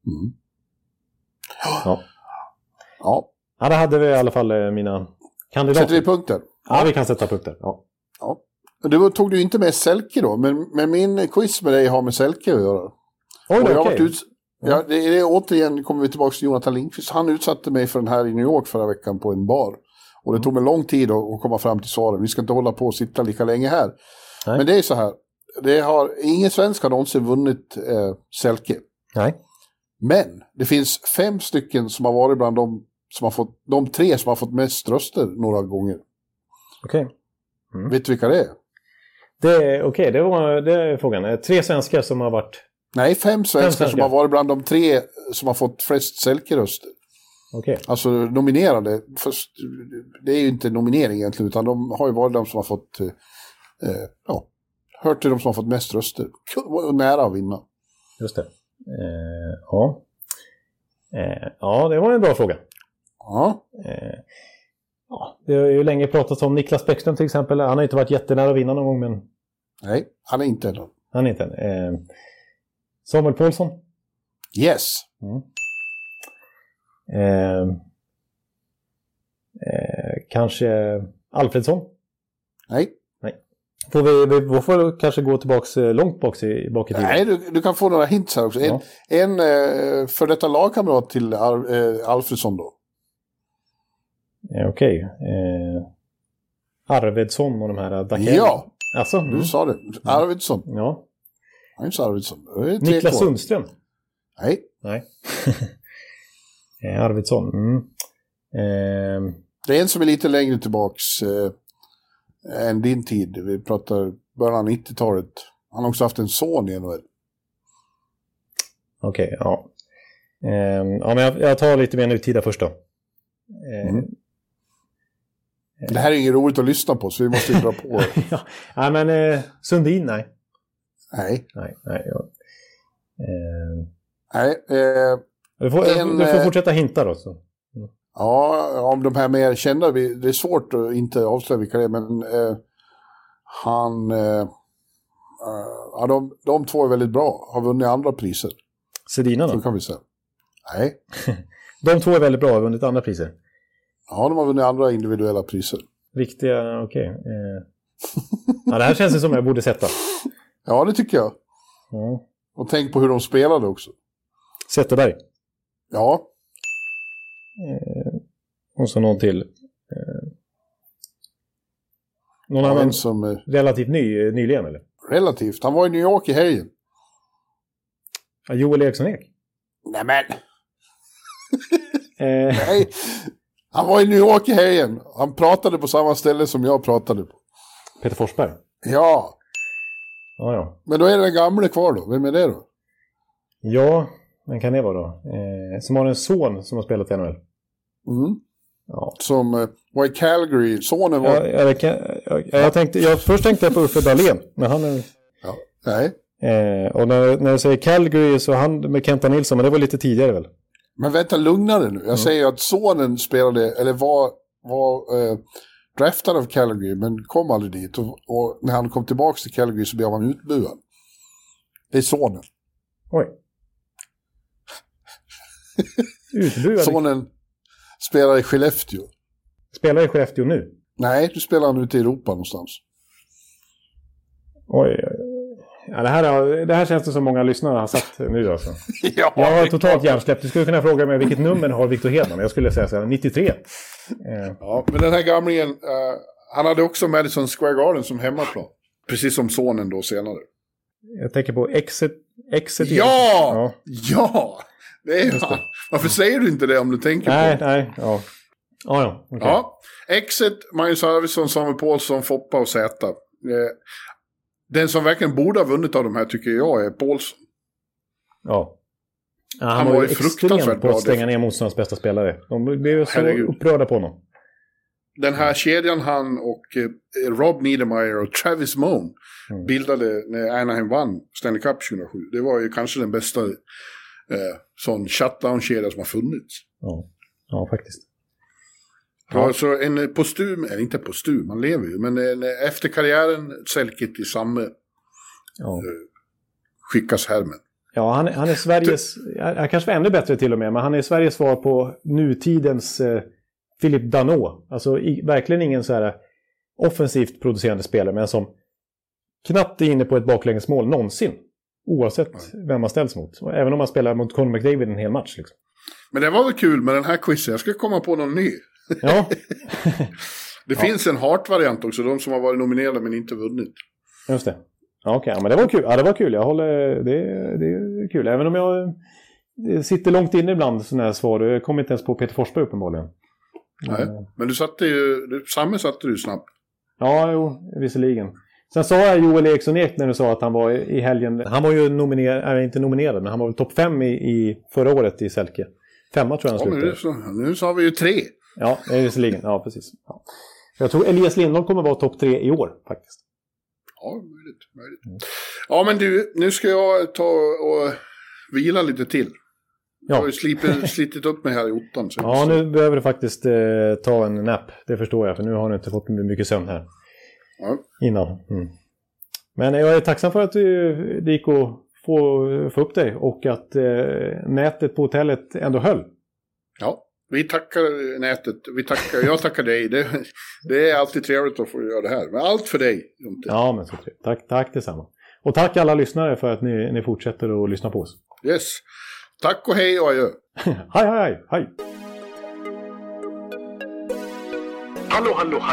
Speaker 5: Ja, där hade vi i alla fall mina kandidater.
Speaker 4: Sätter vi punkter?
Speaker 5: Ja, vi kan sätta punkter. Ja.
Speaker 4: Du tog du inte med Selke då, men min quiz med dig har med Selke att göra. Det är återigen kommer vi tillbaka till Jonathan Lindqvist. Han utsatte mig för den här i New York förra veckan på en bar. Och det tog mig lång tid att komma fram till svaren. Vi ska inte hålla på och sitta lika länge här. Nej. Men det är så här. Ingen svensk har någonsin vunnit Selke.
Speaker 5: Nej.
Speaker 4: Men det finns 5 stycken som har varit bland de 3 som har fått mest röster några gånger.
Speaker 5: Okej.
Speaker 4: Vet du vilka det är?
Speaker 5: Det är frågan. 3 svenskar som har varit...
Speaker 4: Nej, 5 svenskar som har varit bland de 3 som har fått flest Selke-röster.
Speaker 5: Okej.
Speaker 4: Alltså nominerade. Först, det är ju inte nominering egentligen, utan de har ju varit de som har fått hört till de som har fått mest röster. Nära att vinna.
Speaker 5: Just det. Det var en bra fråga.
Speaker 4: Ja.
Speaker 5: Det har ju länge pratat om Niklas Bäckström till exempel. Han har inte varit jättenära att vinna någon gång, men...
Speaker 4: Nej, han är inte än.
Speaker 5: Han är inte än. Samuel Paulsson?
Speaker 4: Yes.
Speaker 5: Kanske Alfredsson?
Speaker 4: Nej.
Speaker 5: Vi får kanske gå tillbaka långt bak i tiden.
Speaker 4: Nej, du kan få några hints här också. Ja. En för detta lagkamrat till Alfredsson då.
Speaker 5: Okej. Arvidsson och de här Dackell.
Speaker 4: Ja,
Speaker 5: alltså,
Speaker 4: du sa det. Arvidsson.
Speaker 5: Ja.
Speaker 4: James Arvidsson.
Speaker 5: Niklas Sundström.
Speaker 4: Nej.
Speaker 5: Arvidsson.
Speaker 4: Det är en som är lite längre tillbaks än din tid. Vi pratar början av 90-talet. Han har också haft en son i NHL.
Speaker 5: Okej, ja. Men jag tar lite mer nutida först då.
Speaker 4: Det här är inget roligt att lyssna på, så vi måste ju dra på.
Speaker 5: Ja, men Sundin, nej.
Speaker 4: Nej.
Speaker 5: Du får fortsätta hinta då. Så.
Speaker 4: Ja, om de här mer kända, det är svårt att inte avslöja vilka det är, men de 2 är väldigt bra, har vunnit andra priser.
Speaker 5: Sedina då?
Speaker 4: Så kan vi säga. Nej.
Speaker 5: De 2 är väldigt bra, har vunnit andra priser.
Speaker 4: Ja, de har vunnit andra individuella priser.
Speaker 5: Riktiga, okej. Ja, det här känns det som jag borde sätta.
Speaker 4: Ja, det tycker jag.
Speaker 5: Ja.
Speaker 4: Och tänk på hur de spelade också.
Speaker 5: Zetterberg.
Speaker 4: Ja.
Speaker 5: Och så någon till. Någon annan
Speaker 4: som
Speaker 5: relativt nyligen, eller?
Speaker 4: Relativt. Han var i New York i helgen.
Speaker 5: Ja, Joel Eriksson Ek.
Speaker 4: Nämen! Nej. Han var i New York i helgen. Han pratade på samma ställe som jag pratade på.
Speaker 5: Peter Forsberg.
Speaker 4: Ja.
Speaker 5: Ja.
Speaker 4: Men då är det den gamla kvar då. Vem är det då?
Speaker 5: Ja, vem kan det vara då? Som har en son som har spelat i NHL.
Speaker 4: Ja. Som var i Calgary. Sonen var...
Speaker 5: Först tänkte jag på Uffe Dahlén. Men han är...
Speaker 4: Ja, nej.
Speaker 5: Och när jag säger Calgary så han med Kenta Nilsson, men det var lite tidigare väl?
Speaker 4: Men vänta, lugna dig nu. Jag säger att sonen spelade, eller var draftad av Calgary, men kom aldrig dit. Och när han kom tillbaka till Calgary så blev han utbuad. Det är sonen.
Speaker 5: Oj. Utbuad?
Speaker 4: Sonen spelar i Skellefteå.
Speaker 5: Spelar i Skellefteå nu?
Speaker 4: Nej, du spelar han ute i Europa någonstans.
Speaker 5: Oj. Ja, det här känns det som många lyssnare har sagt nu alltså.
Speaker 4: Ja,
Speaker 5: jag har totalt hjärnsläppt. Du skulle kunna fråga mig vilket nummer har Victor Hedman. Jag skulle säga så här, 93.
Speaker 4: Ja, men den här gamlingen, han hade också Madison Square Garden som hemmaplan. Precis som sonen då senare.
Speaker 5: Jag tänker på Exit.
Speaker 4: Ja! Det är han. Varför säger du inte det om du tänker på det?
Speaker 5: Nej. Ja. Okay.
Speaker 4: Ja, Exit, Magnus Arvidsson, Samuel Paulsson, Foppa och Zäta. Den som verkligen borde ha vunnit av de här tycker jag är Paulsson.
Speaker 5: Ja. Han var ju fruktansvärt på att stänga ner motståndarens bästa spelare. De blev så upprörda på honom.
Speaker 4: Den här kedjan han och Rob Niedermeyer och Travis Moan bildade när Anaheim vann Stanley Cup 2007. Det var ju kanske den bästa sån shutdown-kedja som har funnits.
Speaker 5: Ja, faktiskt.
Speaker 4: Ja. Alltså en postum, eller inte postum, man lever ju, men efter karriären Selkit i samma skickas härmed. Ja,
Speaker 5: han är Sveriges, han kanske var ännu bättre till och med, men han är Sveriges svar på nutidens Philippe Danault. Alltså verkligen ingen så här offensivt producerande spelare, men som knappt är inne på ett baklängesmål någonsin. Oavsett vem man ställs mot. Även om man spelar mot Conor McDavid en hel match. Liksom.
Speaker 4: Men det var väl kul med den här quizen. Jag ska komma på någon ny.
Speaker 5: Ja.
Speaker 4: Det finns en Hart-variant också. De som har varit nominerade men inte vunnit.
Speaker 5: Just det. Ja, okej. Ja, men det var kul. Ja, det var kul. Jag håller... Det är kul. Även om jag sitter långt inne ibland sådana här svar. Jag kommer inte ens på Peter Forsberg uppenbarligen.
Speaker 4: Nej, men du satte ju... Samme satte du snabbt.
Speaker 5: Ja, jo, visserligen. Sen sa jag Joel Eriksson Ek när du sa att han var i helgen. Han var ju inte nominerad, men han var väl topp 5 i förra året i Selke. 5 tror jag han slutade.
Speaker 4: Nu sa vi ju 3.
Speaker 5: Ja, visserligen. Ja, precis. Ja. Jag tror Elias Lindholm kommer vara topp 3 i år, faktiskt.
Speaker 4: Ja, möjligt. Ja, men du, nu ska jag ta och vila lite till. Jag har ju slitit upp mig här i ottan.
Speaker 5: Ja, nu behöver du faktiskt ta en nap. Det förstår jag, för nu har du inte fått mycket sömn här.
Speaker 4: Ja.
Speaker 5: Innan. Men jag är tacksam för att det gick att få upp dig och att nätet på hotellet ändå höll.
Speaker 4: Ja, vi tackar nätet. Jag tackar dig. Det är alltid trevligt att få göra det här. Men allt för dig. Jonte.
Speaker 5: Ja, men så trevligt. Tack detsamma. Och tack alla lyssnare för att ni fortsätter att lyssna på oss.
Speaker 4: Yes. Tack och hej och adjö.
Speaker 5: Hej.
Speaker 6: Hallå.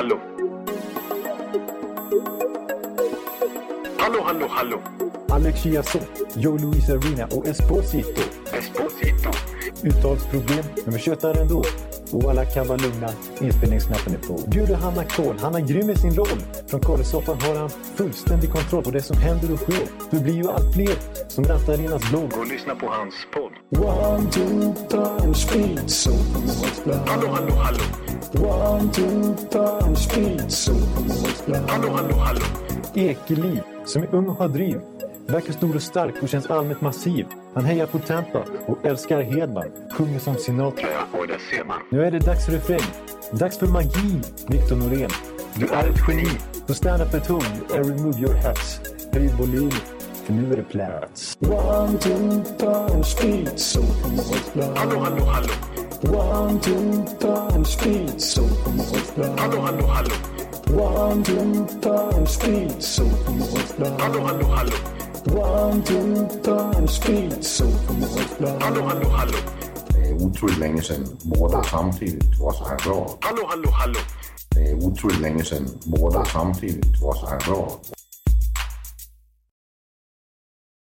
Speaker 6: Alex Chiazot, Joe Luis Arena och Esposito. Uttalsproblem, men vi tjötar ändå. Och alla kan vara lugna, inspelningsknappen är på. Bjuder Hanna Kohl, han är grym i sin roll. Från Kållesoffan har han fullständig kontroll på det som händer och sker. Det blir ju allt fler som rattar in hans blogg. Och lyssna på hans podd. 1, 2, 3, speed, so Hallå. 1, 2, 3, speed, so Hallå. Ekeliv, som är ung och har driv. Verkar stor och stark och känns allmänt massiv. Han hejar på Tampa och älskar Hedman. Sjunger som Sinatra. Och det ser man. Nu är det dags för refräng. Dags för magi, Victor Norén. Du är ett geni. Så stand up at home and remove your hats. Höj volym, för nu är det plats. 1, 2, 3, speed, so Hallå. 1, 2, turn, speed, supermålsplan.
Speaker 7: Hallå, hallå, hallå.
Speaker 6: 1, 2, turn, speed, supermålsplan.
Speaker 7: Hallå, hallå, hallå.
Speaker 6: 1, 2, turn, speed, supermålsplan.
Speaker 7: Hallå, hallå, hallå.
Speaker 8: Det är otroligt länge sedan båda samtidigt var så här bra.
Speaker 7: Hallå, hallå, hallå.
Speaker 8: Det är otroligt länge sedan båda samtidigt var så här bra.